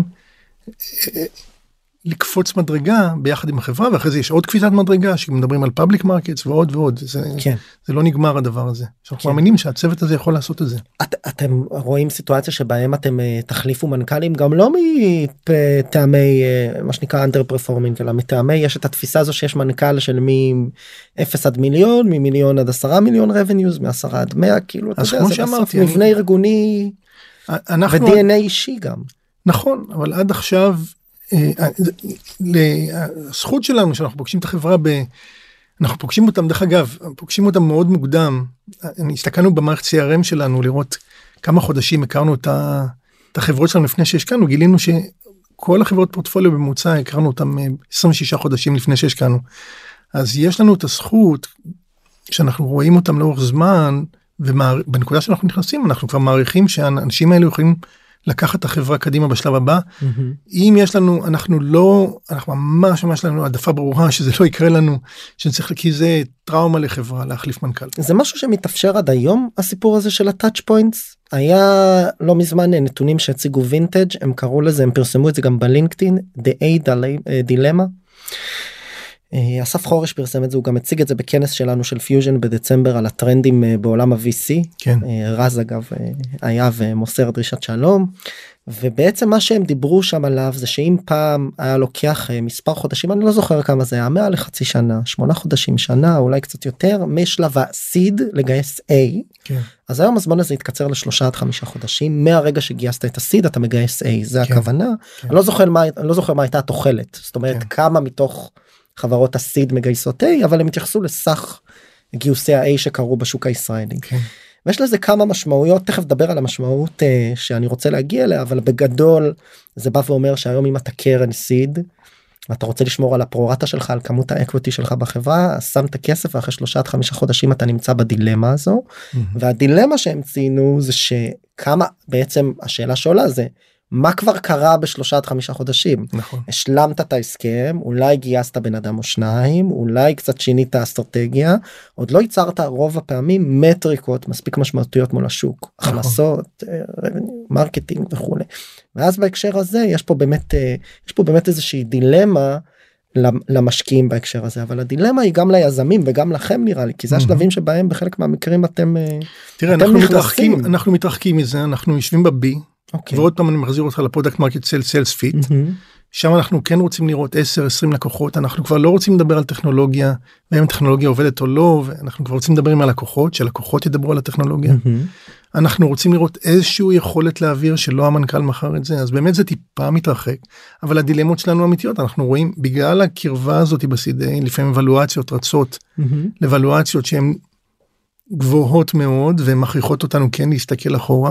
לקפוץ מדרגה ביחד עם החברה, ואחרי זה יש עוד קפיצת מדרגה, שמדברים על פאבליק מרקטס ועוד ועוד, זה לא נגמר הדבר הזה. אנחנו מאמינים שהצוות הזה יכול לעשות את זה. אתם רואים סיטואציה שבהם אתם תחליפו מנכ"לים, גם לא מטעמי, מה שנקרא underperforming, אלא מטעמי, יש את התפיסה הזו שיש מנכ"ל של מ-0 עד מיליון, ממיליון עד 10 מיליון revenues, מ-10 עד 100, כאילו, אתה יודע, זה בסוף מבנה ארגוני, ו-DNA אישי גם. נכון, אבל עד עכשיו, הזכות שלנו שאנחנו פוגשים את החברה אנחנו פוגשים אותם, דרך אגב, פוגשים אותם מאוד מוקדם. הסתכלנו במערכת CRM שלנו לראות כמה חודשים הכרנו את החברות שלנו לפני שהשקענו, גילינו שכל החברות פורטפוליו בממוצע הכרנו אותם 26 חודשים לפני שהשקענו. אז יש לנו את הזכות שאנחנו רואים אותם לאורך זמן, ובנקודה שאנחנו נכנסים אנחנו כבר מעריכים שהאנשים האלה יכולים לקחת את החברה קדימה בשלב הבא. אם יש לנו, אנחנו ממש לנו העדפה ברורה שזה לא יקרה לנו, שנצטרך, כי זה טראומה לחברה להחליף מנכ"ל. זה משהו שמתאפשר עד היום, הסיפור הזה של הטאץ' פוינטס. היה לא מזמן נתונים שהציגו וינטג', הם קראו לזה, הם פרסמו את זה גם בלינקדאין, The A Dilemma. אסף חורש פרסם את זה, הוא גם הציג את זה בכנס שלנו של פיוז'ן בדצמבר על הטרנדים בעולם ה-VC. כן. רז אגב היה ומוסר דרישת שלום, ובעצם מה שהם דיברו שם עליו זה שאם פעם היה לוקח מספר חודשים, אני לא זוכר כמה זה היה, מעל לחצי שנה, 8 חודשים, שנה, אולי קצת יותר, משלב ה-seed לגייס A, כן. אז היום הזמן הזה יתקצר ל3 עד 5 חודשים, מהרגע שגייסת את ה-seed אתה מגייס A, זה כן. הכוונה. כן. אני לא זוכר מה הייתה התוחלת, זאת אומרת כן. כמה מתוך חברות הסיד מגייסות A, אבל הם התייחסו לסך גיוסי ה-A שקרו בשוק הישראלי. כן. ויש לזה כמה משמעויות, תכף דבר על המשמעות שאני רוצה להגיע אליה, אבל בגדול זה בא ואומר שהיום אם אתה קרן סיד, ואתה רוצה לשמור על הפרורטה שלך, על כמות האקוויטי שלך בחברה, שם את הכסף, ואחרי 3 עד 5 חודשים אתה נמצא בדילמה הזו, והדילמה שהם ציינו זה שכמה, בעצם השאלה שעולה זה, מה כבר קרה ב3 עד 5 חודשים? נכון. השלמת את ההסכם, אולי גייסת בן אדם או שניים, אולי קצת שינית אסטרטגיה, עוד לא ייצרת רוב הפעמים מטריקות מספיק משמעותיות מול השוק, נכון. הכנסות, מרקטינג וכו'. ואז בהקשר הזה יש פה באמת איזושהי דילמה למשקיעים בהקשר הזה, אבל הדילמה היא גם ליזמים וגם לכם נראה לי, כי זה השלבים שבהם בחלק מהמקרים אתם נכנסים. אנחנו מתרחקים מזה, אנחנו יושבים בבי, ועוד פעם אני מחזיר אותך לפרודקט מרקט סיילס פיט, שם אנחנו כן רוצים לראות 10-20 לקוחות, אנחנו כבר לא רוצים לדבר על טכנולוגיה, ואם הטכנולוגיה עובדת או לא, ואנחנו כבר רוצים לדבר עם הלקוחות, שלקוחות ידברו על הטכנולוגיה, אנחנו רוצים לראות איזשהו יכולת להעביר שלא המנכ"ל מכר את זה, אז באמת זה טיפה מתרחק, אבל הדילמות שלנו אמיתיות, אנחנו רואים בגלל הקרבה הזאת בסידי, לפעמים אבלואציות רצות, לאבלואציות שהן גבוהות מאוד, והן מכריחות אותנו כן להסתכל אחורה,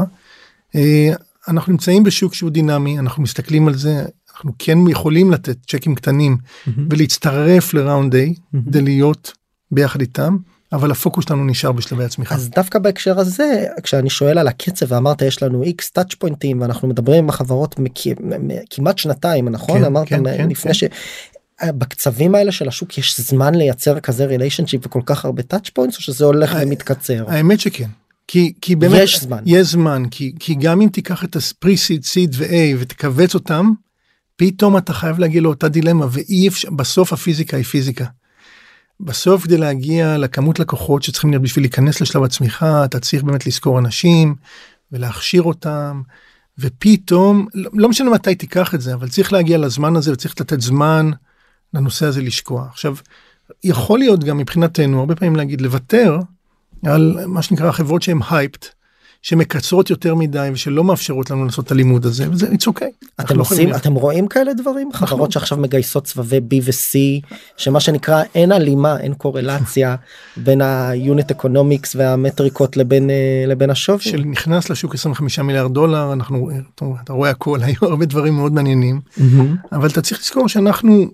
אנחנו נמצאים בשוק שהוא דינמי, אנחנו מסתכלים על זה, אנחנו כן יכולים לתת צ'קים קטנים, ולהצטרף לראונד A, כדי להיות ביחד איתם, אבל הפוקוס שלנו נשאר בשלבי הצמיחה. אז דווקא בהקשר הזה, כשאני שואל על הקצב, ואמרת יש לנו X טאץ' פוינטים, ואנחנו מדברים עם החברות כמעט שנתיים, נכון? אמרתם לפני ש... בקצבים האלה של השוק יש זמן לייצר כזה ריליישנשיפ וכל כך הרבה טאץ' פוינטס, או שזה הולך ומתקצר? האמת שכן. כי באמת יש זמן, כי גם אם תיקח את הפרי-סיד, סיד ו-A ותכווץ אותם, פתאום אתה חייב להגיע לאותה דילמה, ואי אפשר, בסוף הפיזיקה היא פיזיקה. בסוף כדי להגיע לכמות לקוחות שצריכים להיות בשביל להיכנס לשלב הצמיחה, אתה צריך באמת לזכור אנשים, ולהכשיר אותם, ופתאום, לא משנה מתי תיקח את זה, אבל צריך להגיע לזמן הזה, וצריך לתת זמן לנושא הזה לשקוע. עכשיו, יכול להיות גם מבחינתנו, הרבה פעמים להגיד, לוותר, על מה שנקרא חברות שהן הייפט, שמקצרות יותר מדי ושלא מאפשרות לנו לעשות את הלימוד הזה, וזה it's okay. אתם רואים כאלה דברים? חברות שעכשיו מגייסות סבבי B ו-C, שמה שנקרא אין הלימה, אין קורלציה בין ה-unit economics והמטריקות לבין השווי. שנכנס לשוק $25 מיליארד, אתה רואה הכל, היו הרבה דברים מאוד מעניינים, אבל אתה צריך לזכור שאנחנו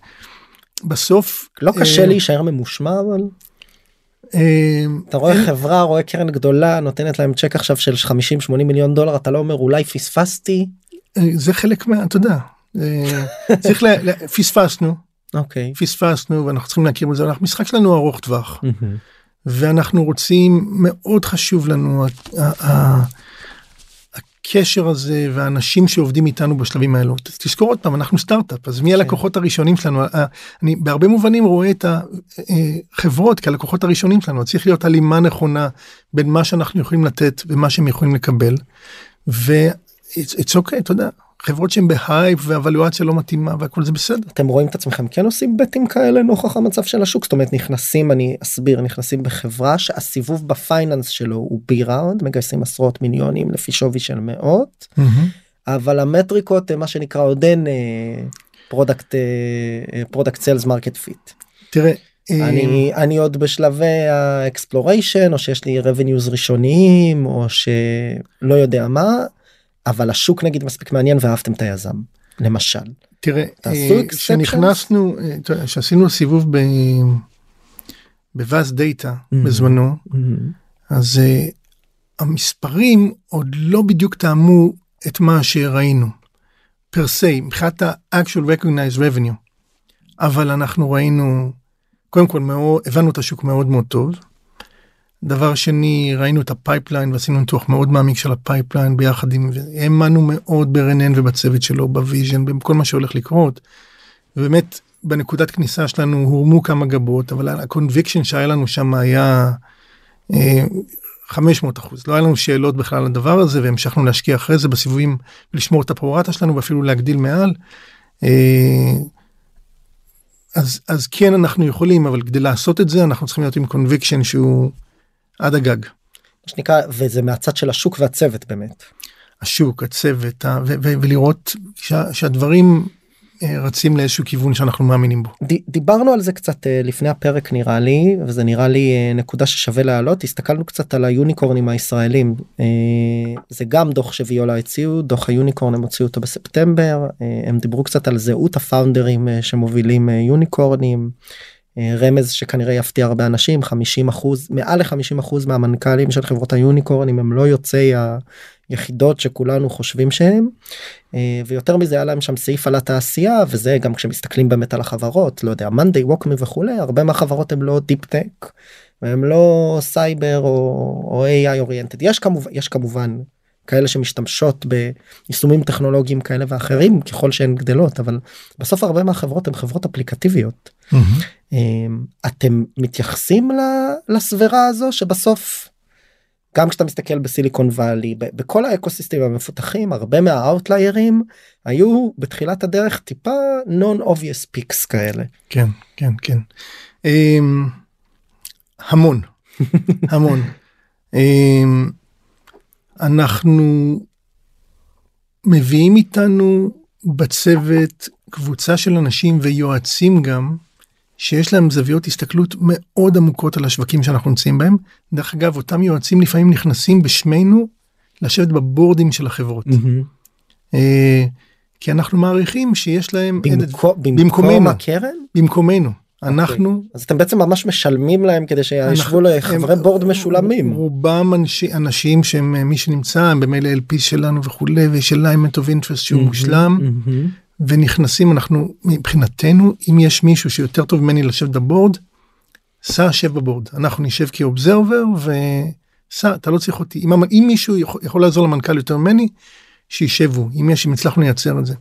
בסוף... לא קשה להישאר ממושמע, אבל... אתה רואה חברה, רואה קרן גדולה, נותנת להם צ'ק עכשיו של $50-80 מיליון, אתה לא אומר אולי פספסתי? זה חלק מה, אתה יודע, פספסנו, אוקיי. פספסנו ואנחנו צריכים להכיר בזה, המשחק שלנו ארוך טווח. ואנחנו רוצים, מאוד חשוב לנו הקשר הזה והאנשים שעובדים איתנו בשלבים האלו. תזכור עוד פעם, אנחנו סטארט-אפ, אז מי הלקוחות הראשונים שלנו? אני בהרבה מובנים רואה את החברות כהלקוחות הראשונים שלנו, צריך להיות הלימה נכונה בין מה שאנחנו יכולים לתת ומה שהם יכולים לקבל, it's okay, אתה יודע, חברות שהן בהייפ והאבלואציה לא מתאימה והכל זה בסדר. אתם רואים את עצמכם כן עושים בטים כאלה נוכח המצב של השוק? זאת אומרת נכנסים, אני אסביר, נכנסים בחברה שהסיבוב בפייננס שלו הוא בי-ראונד, מגייסים עשרות מיליונים לפי שווי של מאות, אבל המטריקות מה שנקרא עודן פרודקט סיילס מרקט פיט. תראה, אני עוד בשלבי האקספלוריישן, או שיש לי revenues ראשוניים, או שלא יודע מה, אבל השוק נגיד מספיק מעניין ואהבתם את היזם, למשל. תראה, כשנכנסנו, שעשינו סיבוב בוואס דאטה בזמנו, אז המספרים עוד לא בדיוק טעמו את מה שראינו, פר סי, מבחינת ה-actual recognized revenue, אבל אנחנו ראינו, קודם כל הבנו את השוק מאוד מאוד טוב, דבר שני, ראינו את הפייפליין ועשינו ניתוח מאוד מעמיק של הפייפליין ביחד עם, האמנו מאוד ברנן ובצוות שלו, בוויז'ן, בכל מה שהולך לקרות. ובאמת, בנקודת כניסה שלנו הורמו כמה גבות, אבל הקונביקשן שהיה לנו שם היה 500%. לא היה לנו שאלות בכלל על הדבר הזה, והמשכנו להשקיע אחרי זה בסיבובים, לשמור את הפרורטה שלנו ואפילו להגדיל מעל. אז כן אנחנו יכולים, אבל כדי לעשות את זה, אנחנו צריכים להיות עם קונביקשן שהוא עד הגג. שנקרא, וזה מהצד של השוק והצוות באמת. השוק, הצוות, ולראות שהדברים רצים לאיזשהו כיוון שאנחנו מאמינים בו. דיברנו על זה קצת לפני הפרק נראה לי, וזה נראה לי נקודה ששווה להעלות, הסתכלנו קצת על היוניקורנים הישראלים, זה גם דוח שוויולה הציעו, דוח היוניקורן הם הוציאו אותו בספטמבר, הם דיברו קצת על זהות הפאונדרים שמובילים יוניקורנים, רמז שכנראה יפתיע הרבה אנשים, 50%, מעל ל-50% מהמנכ"לים של חברות היוניקורנים הם לא יוצאי היחידות שכולנו חושבים שהם, ויותר מזה היה להם שם סעיף על התעשייה, וזה גם כשמסתכלים באמת על החברות, לא יודע, מאנדיי, ווקמי וכולי, הרבה מהחברות הם לא דיפ טק, והם לא סייבר או AI אוריינטד, יש כמובן כאלה שמשתמשות ביישומים טכנולוגיים כאלה ואחרים ככל שהן גדלות, אבל בסוף הרבה מהחברות הן חברות אפליקטיביות. אתם מתייחסים לסברה הזו שבסוף גם כשאתה מסתכל בסיליקון ואלי, בכל האקוסיסטים המפותחים, הרבה מהאוטליירים היו בתחילת הדרך טיפה non-obvious picks כאלה. כן, כן, כן. המון, המון. אנחנו מביאים איתנו בצוות קבוצה של אנשים ויועצים גם, שיש להם זוויות הסתכלות מאוד עמוקות על השווקים שאנחנו נמצאים בהם. דרך אגב, אותם יועצים לפעמים נכנסים בשמנו לשבת בבורדים של החברות. כי אנחנו מעריכים שיש להם... במקום הקרן? במקומנו. אנחנו... אז אתם בעצם ממש משלמים להם כדי שישבו לחברי בורד משולמים. רובם אנשים שהם מי שנמצא, במילא LP שלנו וכולי, ויש alignment of interest שהוא מושלם, ונכנסים, אנחנו מבחינתנו, אם יש מישהו שיותר טוב ממני לשבת בבורד, סע שב בבורד. אנחנו נשב כאובזרבר, וסע, אתה לא צריך אותי. אם מישהו יכול לעזור למנכ"ל יותר ממני, שישבו, אם הצלחנו לייצר את זה.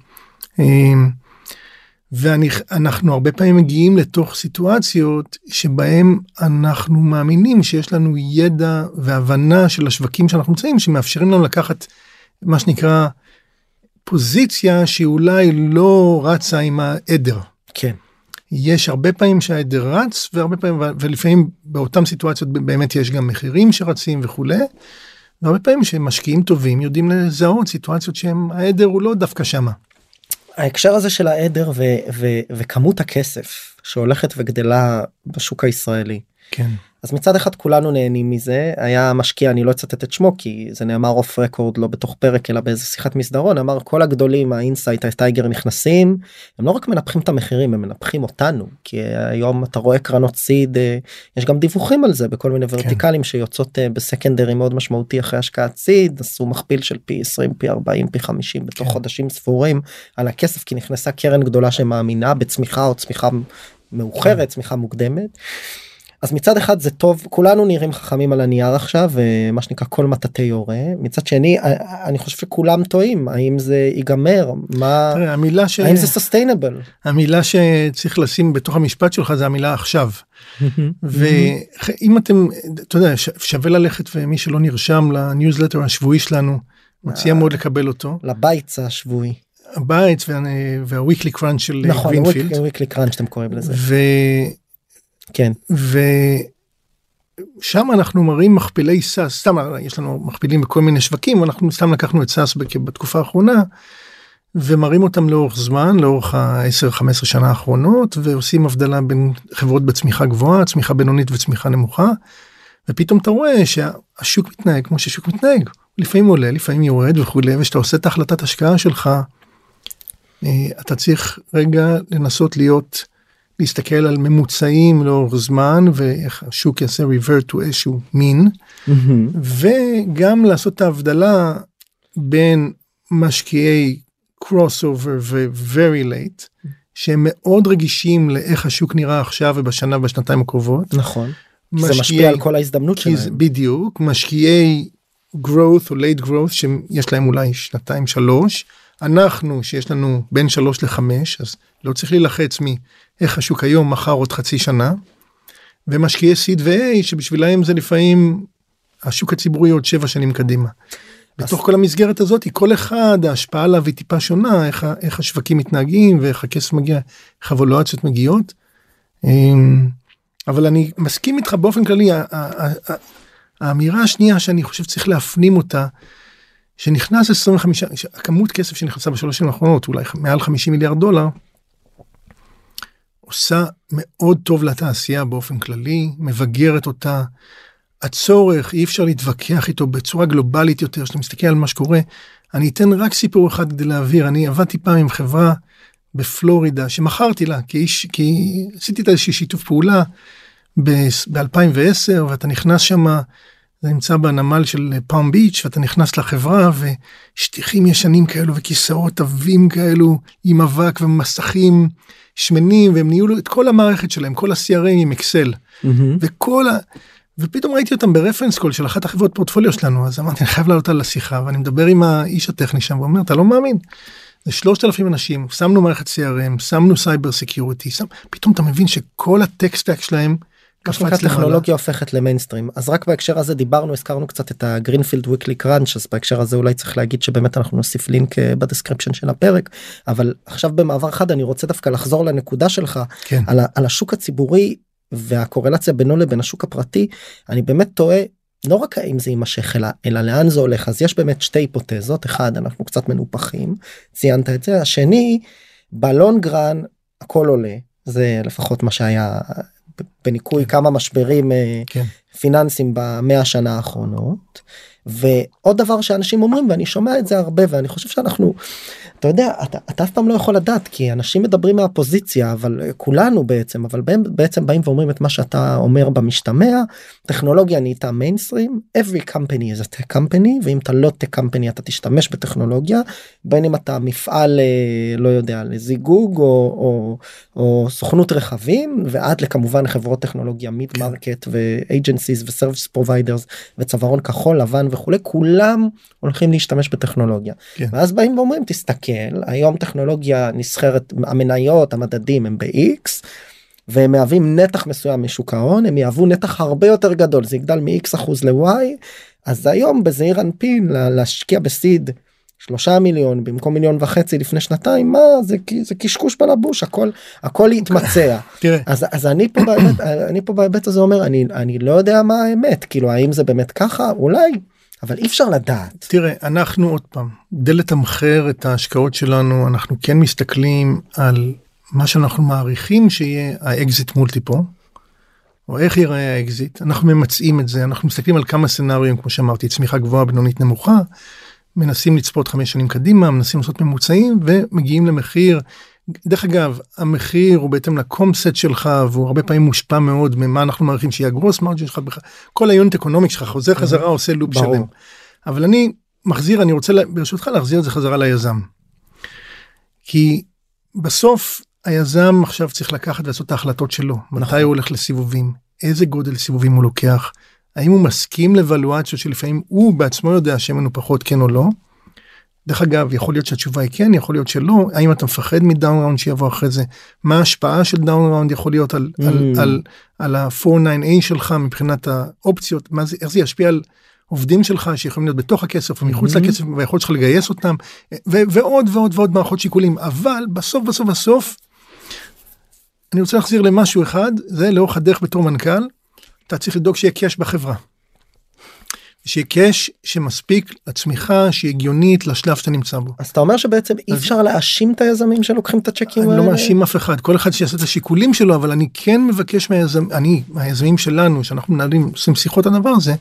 ואנחנו הרבה פעמים מגיעים לתוך סיטואציות שבהם אנחנו מאמינים שיש לנו ידע והבנה של השווקים שאנחנו נמצאים, שמאפשרים לנו לקחת מה שנקרא פוזיציה שאולי לא רצה עם העדר. כן. יש הרבה פעמים שהעדר רץ, והרבה פעמים, ולפעמים באותן סיטואציות באמת יש גם מחירים שרצים וכולי, והרבה פעמים שמשקיעים טובים יודעים לזהות סיטואציות שהעדר הוא לא דווקא שמה. ההקשר הזה של העדר וכמות הכסף שהולכת וגדלה בשוק הישראלי. כן. אז מצד אחד כולנו נהנים מזה, היה משקיע, אני לא אצטט את שמו כי זה נאמר אוף רקורד לא בתוך פרק אלא באיזה שיחת מסדרון, אמר כל הגדולים האינסייט הטייגר נכנסים, הם לא רק מנפחים את המחירים, הם מנפחים אותנו, כי היום אתה רואה קרנות סיד, יש גם דיווחים על זה בכל מיני ורטיקלים שיוצאות בסקנדרי מאוד משמעותי אחרי השקעת סיד, עשו מכפיל של פי 20, פי 40, פי 50 בתוך חודשים ספורים על הכסף, כי נכנסה קרן גדולה שמאמינה בצמיחה או צמיחה מאוחרת, צמיחה מוקדמת. אז מצד אחד זה טוב, כולנו נראים חכמים על הנייר עכשיו, מה שנקרא כל מטאטי יורה, מצד שני אני חושב שכולם טועים, האם זה ייגמר, האם זה sustainable? המילה שצריך לשים בתוך המשפט שלך זה המילה עכשיו. ואם אתם, אתה יודע, שווה ללכת, ומי שלא נרשם לניוזלטר השבועי שלנו, מציע מאוד לקבל אותו. לבייץ השבועי. הבייץ והוויקלי קראנץ' של גרינפילד. נכון, וויקלי קראנץ' שאתם קוראים לזה. כן. ושם אנחנו מראים מכפילי סאס, סתם יש לנו מכפילים בכל מיני שווקים, ואנחנו סתם לקחנו את סאס בתקופה האחרונה, ומראים אותם לאורך זמן, לאורך ה-10-15 שנה האחרונות, ועושים הבדלה בין חברות בצמיחה גבוהה, צמיחה בינונית וצמיחה נמוכה, ופתאום אתה רואה שהשוק מתנהג כמו ששוק מתנהג, לפעמים עולה, לפעמים יורד וכו', ושאתה עושה את ההחלטת השקעה שלך, אתה צריך רגע לנסות להסתכל על ממוצעים לאורך זמן, ואיך השוק יעשה revert to איזשהו מין, וגם לעשות את ההבדלה בין משקיעי crossover ו-very late, שהם מאוד רגישים לאיך השוק נראה עכשיו ובשנה ובשנתיים הקרובות. נכון. זה משפיע על כל ההזדמנות שלהם. בדיוק, משקיעי growth או late growth, שיש להם אולי 2-3, אנחנו שיש לנו בין 3 ל-5, אז לא צריך להילחץ מאיך השוק היום מחר עוד חצי שנה, ומשקיעי סיד ו-A שבשבילהם זה לפעמים השוק הציבורי עוד 7 שנים קדימה. בתוך כל המסגרת הזאת, כל אחד ההשפעה עליו היא טיפה שונה, איך השווקים מתנהגים ואיך הכסף מגיע, איך הוולואציות מגיעות. אבל אני מסכים איתך באופן כללי, האמירה השנייה שאני חושב צריך להפנים אותה, שנכנס 25, הכמות כסף שנכנסה בשלוש שנים האחרונות, אולי מעל $50 מיליארד, עושה מאוד טוב לתעשייה באופן כללי, מבגרת אותה, הצורך, אי אפשר להתווכח איתו בצורה גלובלית יותר, שאתה מסתכל על מה שקורה, אני אתן רק סיפור אחד כדי להעביר, אני עבדתי פעם עם חברה בפלורידה, שמכרתי לה, כי עשיתי את איזושהי שיתוף פעולה, ב-2010, ואתה נכנס שם, זה נמצא בנמל של פאום ביץ', ואתה נכנס לחברה, ושטיחים ישנים כאלו, וכיסאות עבים כאלו, עם אבק ומסכים שמנים, והם ניהלו את כל המערכת שלהם, כל ה-CRM עם אקסל, ופתאום ראיתי אותם ברפרנס קול של אחת החברות פורטפוליו שלנו, אז אמרתי, אני חייב לעלות על השיחה, ואני מדבר עם האיש הטכני שם, ואומר, אתה לא מאמין, זה 3,000 אנשים, שמנו מערכת CRM, שמנו סייבר סקיוריטי, פתאום אתה מבין שכל הטקסטק שלהם, הטכנולוגיה הופכת למיינסטרים. אז רק בהקשר הזה דיברנו, הזכרנו קצת את הגרינפילד וויקלי קראנץ', אז בהקשר הזה אולי צריך להגיד שבאמת אנחנו נוסיף לינק בדסקריפשן של הפרק, אבל עכשיו במעבר אחד אני רוצה דווקא לחזור לנקודה שלך, כן. על השוק הציבורי והקורלציה בינו לבין השוק הפרטי, אני באמת טועה, לא רק האם זה יימשך אלא לאן זה הולך, אז יש באמת שתי היפותזות, אחד אנחנו קצת מנופחים, ציינת את זה, השני, בלונגרן הכל עולה, זה לפחות מה שהיה בניקוי כמה משברים פיננסיים ב100 שנה האחרונות, ועוד דבר שאנשים אומרים, ואני שומע את זה הרבה, ואני חושב שאנחנו, אתה יודע, אתה אף פעם לא יכול לדעת, כי אנשים מדברים מהפוזיציה, אבל כולנו בעצם, אבל בעצם באים ואומרים את מה שאתה אומר במשתמע, טכנולוגיה נהייתה מיינסטרים, every company is a tech company, ואם אתה לא tech company אתה תשתמש בטכנולוגיה, בין אם אתה מפעל, לא יודע, לזיגוג או סוכנות רכבים, ועד לכמובן חברות טכנולוגיה, מיד מרקט ואג'נסיז וסרוויס פרוביידרס וצווארון כחול לבן וכולי, כולם הולכים להשתמש בטכנולוגיה. כן. ואז באים ואומרים, תסתכל, היום טכנולוגיה נסחרת, המניות, המדדים הם ב-X, והם מהווים נתח מסוים משוק ההון, הם יהוו נתח הרבה יותר גדול, זה יגדל מ-X% ל-Y, אז היום בזעיר אנפין, להשקיע בסיד 3 מיליון, במקום 1.5 מיליון לפני שנתיים, מה, זה קשקוש בלבוש, הכל יתמצע. אז אני פה בהיבט הזה אומר, אני לא יודע מה האמת, כאילו, האם זה באמת ככה? אולי, אבל אי אפשר לדעת. תראה, אנחנו עוד פעם, כדי לתמחר את ההשקעות שלנו, אנחנו כן מסתכלים על מה שאנחנו מעריכים שיהיה האקזיט מולטיפל, או איך ייראה האקזיט, אנחנו ממצאים את זה, אנחנו מסתכלים על כמה סנאריונים, כמו שאמרתי, צמיחה גבוהה, בינונית נמוכה, מנסים לצפות 5 שנים קדימה, מנסים לעשות ממוצעים, ומגיעים למחיר. דרך אגב, המחיר הוא בהתאם לקומסט שלך, והוא הרבה פעמים מושפע מאוד ממה אנחנו מעריכים שיהיה הגרוס מרג'ין שלך, כל היונט אקונומיק שלך חוזר חזרה, עושה לופ שלם. אבל אני רוצה ברשותך להחזיר את זה חזרה ליזם. כי בסוף היזם עכשיו צריך לקחת ולעשות את ההחלטות שלו, מתי הוא הולך לסיבובים, איזה גודל סיבובים הוא לוקח, האם הוא מסכים לוולואציות שלפעמים הוא בעצמו יודע שמן הוא פחות כן או לא. דרך אגב, יכול להיות שהתשובה היא כן, יכול להיות שלא, האם אתה מפחד מדאון ראונד שיבוא אחרי זה, מה ההשפעה של דאון ראונד יכול להיות על ה-49A שלך מבחינת האופציות, איך זה ישפיע על עובדים שלך שיכולים להיות בתוך הכסף או מחוץ לכסף ויכול שלך לגייס אותם, ועוד ועוד ועוד מערכות שיקולים, אבל בסוף, אני רוצה להחזיר למשהו אחד, זה לאורך הדרך בתור מנכ"ל, אתה צריך לדאוג שיהיה קש בחברה. שיהיה קש שמספיק לצמיחה, שהיא הגיונית לשלב שאתה נמצא בו. אז אתה אומר שבעצם אי אפשר להאשים את היזמים שלוקחים את הצ'קים האלה? אני לא מאשים אף אחד, כל אחד שיעשה את השיקולים שלו, אבל אני כן מבקש מהיזמים שלנו, שאנחנו מנהלים, עושים שיחות על הדבר הזה,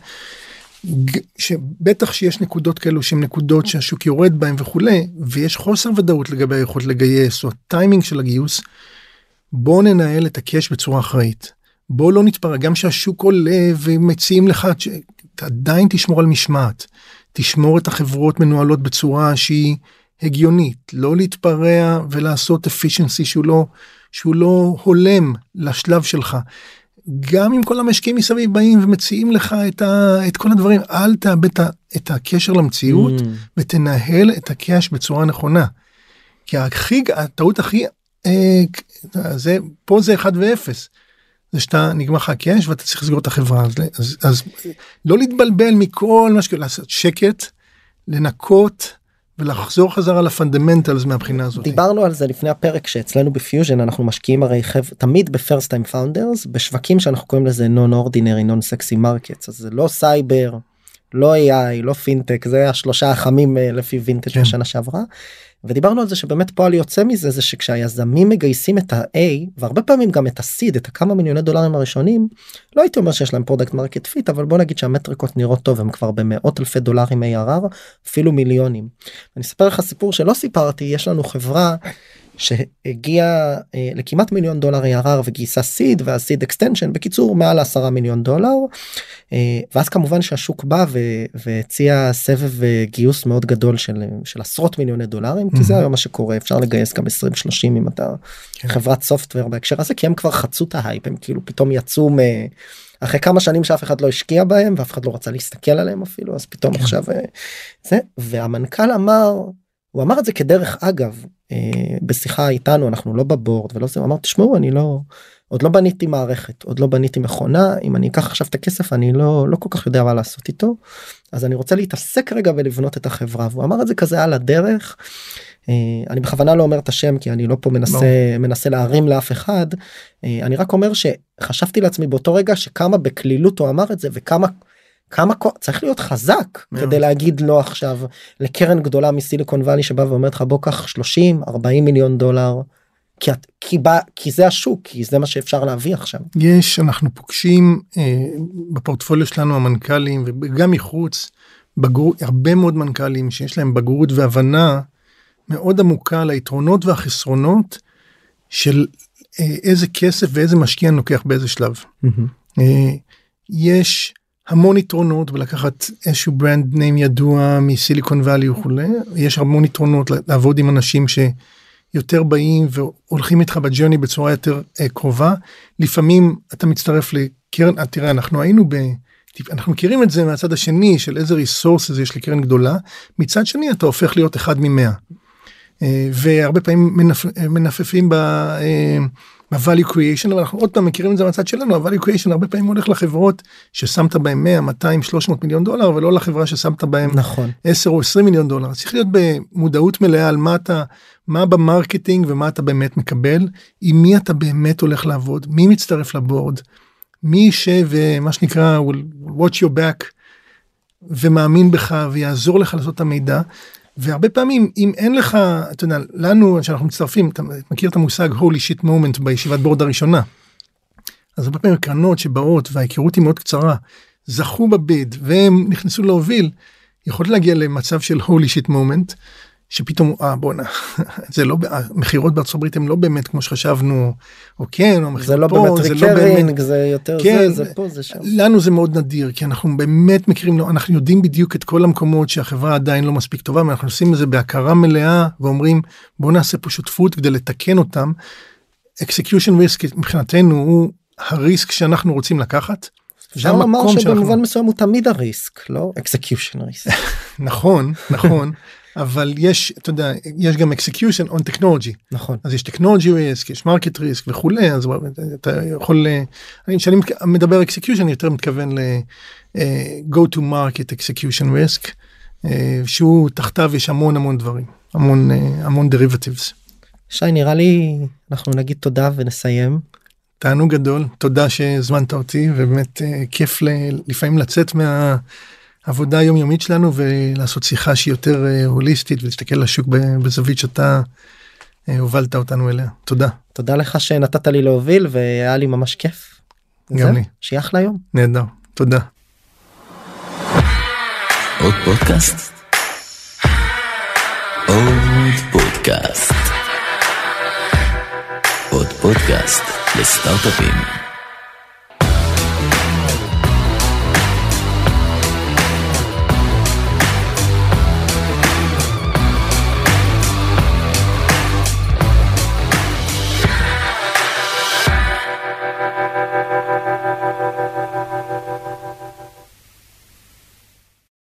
שבטח שיש נקודות כאלו שהן נקודות שהשוק יורד בהן וכולי, ויש חוסר ודאות לגבי היכולת לגייס, או הטיימינג של הגיוס, בוא ננהל את הקש בצורה אחראית. בוא לא נתפרע, גם שהשוק עולה ומציעים לך, אתה עדיין תשמור על משמעת, תשמור את החברות מנוהלות בצורה שהיא הגיונית, לא להתפרע ולעשות efficiency שהוא לא הולם לשלב שלך. גם אם כל המשקיעים מסביב באים ומציעים לך את כל הדברים, אל תאבד את הקשר למציאות, ותנהל את הקש בצורה נכונה. כי הטעות הכי, פה זה 1 ו-0. זה שאתה נגמר לך הקש ואתה צריך לסגור את החברה. אז לא להתבלבל מכל מה שקורה, לעשות שקט, לנקות ולחזור חזרה לפונדמנטלס מהבחינה הזאת. דיברנו על זה לפני הפרק שאצלנו בפיוז'ן אנחנו משקיעים הרי תמיד ב-first time founders, בשווקים שאנחנו קוראים לזה non-ordinary, non-sexy markets, אז זה לא סייבר, לא AI, לא פינטק, זה 3 החמים לפי וינטג' בשנה שעברה. ודיברנו על זה שבאמת פועל יוצא מזה, זה שכשהיזמים מגייסים את ה-A, והרבה פעמים גם את ה-seed, את הכמה מיליוני דולרים הראשונים, לא הייתי אומר שיש להם פרודקט מרקט פיט, אבל בוא נגיד שהמטריקות נראות טוב, הם כבר במאות אלפי דולרים ARR, אפילו מיליונים. אני אספר לך סיפור שלא סיפרתי, יש לנו חברה שהגיעה לכמעט $1 מיליון ARR וגייסה seed וה-seed extension, בקיצור מעל $10 מיליון, ואז כמובן שהשוק בא והציע סבב גיוס מאוד גדול של עשרות מיליוני דולרים, כי זה היום מה שקורה, אפשר לגייס גם 20-30 אם אתה חברת סופטוור בהקשר הזה, כי הם כבר חצו את ההייפ, הם כאילו פתאום יצאו אחרי כמה שנים שאף אחד לא השקיע בהם, ואף אחד לא רצה להסתכל עליהם אפילו, אז פתאום עכשיו זה, והמנכ"ל אמר, הוא אמר את זה כדרך אגב, בשיחה איתנו, אנחנו לא בבורד ולא זה, הוא אמר, תשמעו, אני עוד לא בניתי מערכת, עוד לא בניתי מכונה, אם אני אקח עכשיו את הכסף, אני לא כל כך יודע מה לעשות איתו, אז אני רוצה להתעסק רגע ולבנות את החברה, והוא אמר את זה כזה על הדרך, אני בכוונה לא אומר את השם, כי אני לא פה מנסה להרים לאף אחד, אני רק אומר שחשבתי לעצמי באותו רגע, שכמה בכלילות הוא אמר את זה, וכמה צריך להיות חזק כדי להגיד לו עכשיו לקרן גדולה מסיליקון ואלי שבא ואומרת לך בוא קח 30-40 מיליון דולר, כי זה השוק, כי זה מה שאפשר להביא עכשיו. אנחנו פוגשים בפורטפוליו שלנו המנכ"לים וגם מחוץ, הרבה מאוד מנכ"לים שיש להם בגרות והבנה מאוד עמוקה ליתרונות והחסרונות של איזה כסף ואיזה משקיע לוקח באיזה שלב. יש המון יתרונות ולקחת איזשהו ברנד ניים ידוע מסיליקון ואלי וכולי, יש המון יתרונות לעבוד עם אנשים שיותר באים והולכים איתך בג'רני בצורה יותר קרובה, לפעמים אתה מצטרף לקרן, תראה אנחנו מכירים את זה מהצד השני של איזה ריסורסס יש לקרן גדולה, מצד שני אתה הופך להיות 1 מ-100, והרבה פעמים מנפפים ב-value creation, אבל אנחנו עוד פעם מכירים את זה מהצד שלנו, ה-value creation הרבה פעמים הולך לחברות ששמת בהם 100, 200, 300 מיליון דולר, ולא לחברה ששמת בהם 10 או 20 מיליון דולר. צריך להיות במודעות מלאה על מה במרקטינג ומה אתה באמת מקבל, עם מי אתה באמת הולך לעבוד, מי מצטרף לבורד, מי ומה שנקרא watch your back, ומאמין בך ויעזור לך לעשות את המידע, והרבה פעמים, אם אין לך, אתה יודע, לנו, שאנחנו מצטרפים, אתה מכיר את המושג holy shit moment בישיבת בורד הראשונה. אז הרבה פעמים קרנות שבאות וההיכרות היא מאוד קצרה, זכו בביד והם נכנסו להוביל, יכולת להגיע למצב של holy shit moment, שפתאום, בוא'נה, זה לא, המחירות בארצות הברית הם לא באמת כמו שחשבנו, או כן, או זה לא באמת ריקרינג, זה יותר כן, זה פה, זה שם. לנו זה מאוד נדיר, כי אנחנו באמת מכירים, אנחנו יודעים בדיוק את כל המקומות שהחברה עדיין לא מספיק טובה, ואנחנו עושים את זה בהכרה מלאה, ואומרים, בואו נעשה פה שותפות כדי לתקן אותם. execution risk מבחינתנו הוא הריסק שאנחנו רוצים לקחת. אפשר לומר שבמובן מסוים הוא תמיד הריסק, לא execution risk. נכון, נכון. אבל יש, אתה יודע, יש גם execution on technology. נכון. אז יש technology risk, יש market risk וכולי, אז אתה יכול, כשאני מדבר execution, אני יותר מתכוון go to market execution risk, שהוא תחתיו יש המון דברים, המון derivatives. שי, נראה לי אנחנו נגיד תודה ונסיים. תענוג גדול, תודה שהזמנת אותי, ובאמת כיף לפעמים לצאת העבודה היומיומית שלנו ולעשות שיחה שהיא יותר הוליסטית ולהסתכל על השוק בזווית שאתה הובלת אותנו אליה. תודה. תודה לך שנתת לי להוביל והיה לי ממש כיף. גם לי. שיהיה אחלה יום. נהדר. תודה. עוד פודקאסט? עוד פודקאסט. עוד פודקאסט לסטארט-אפים.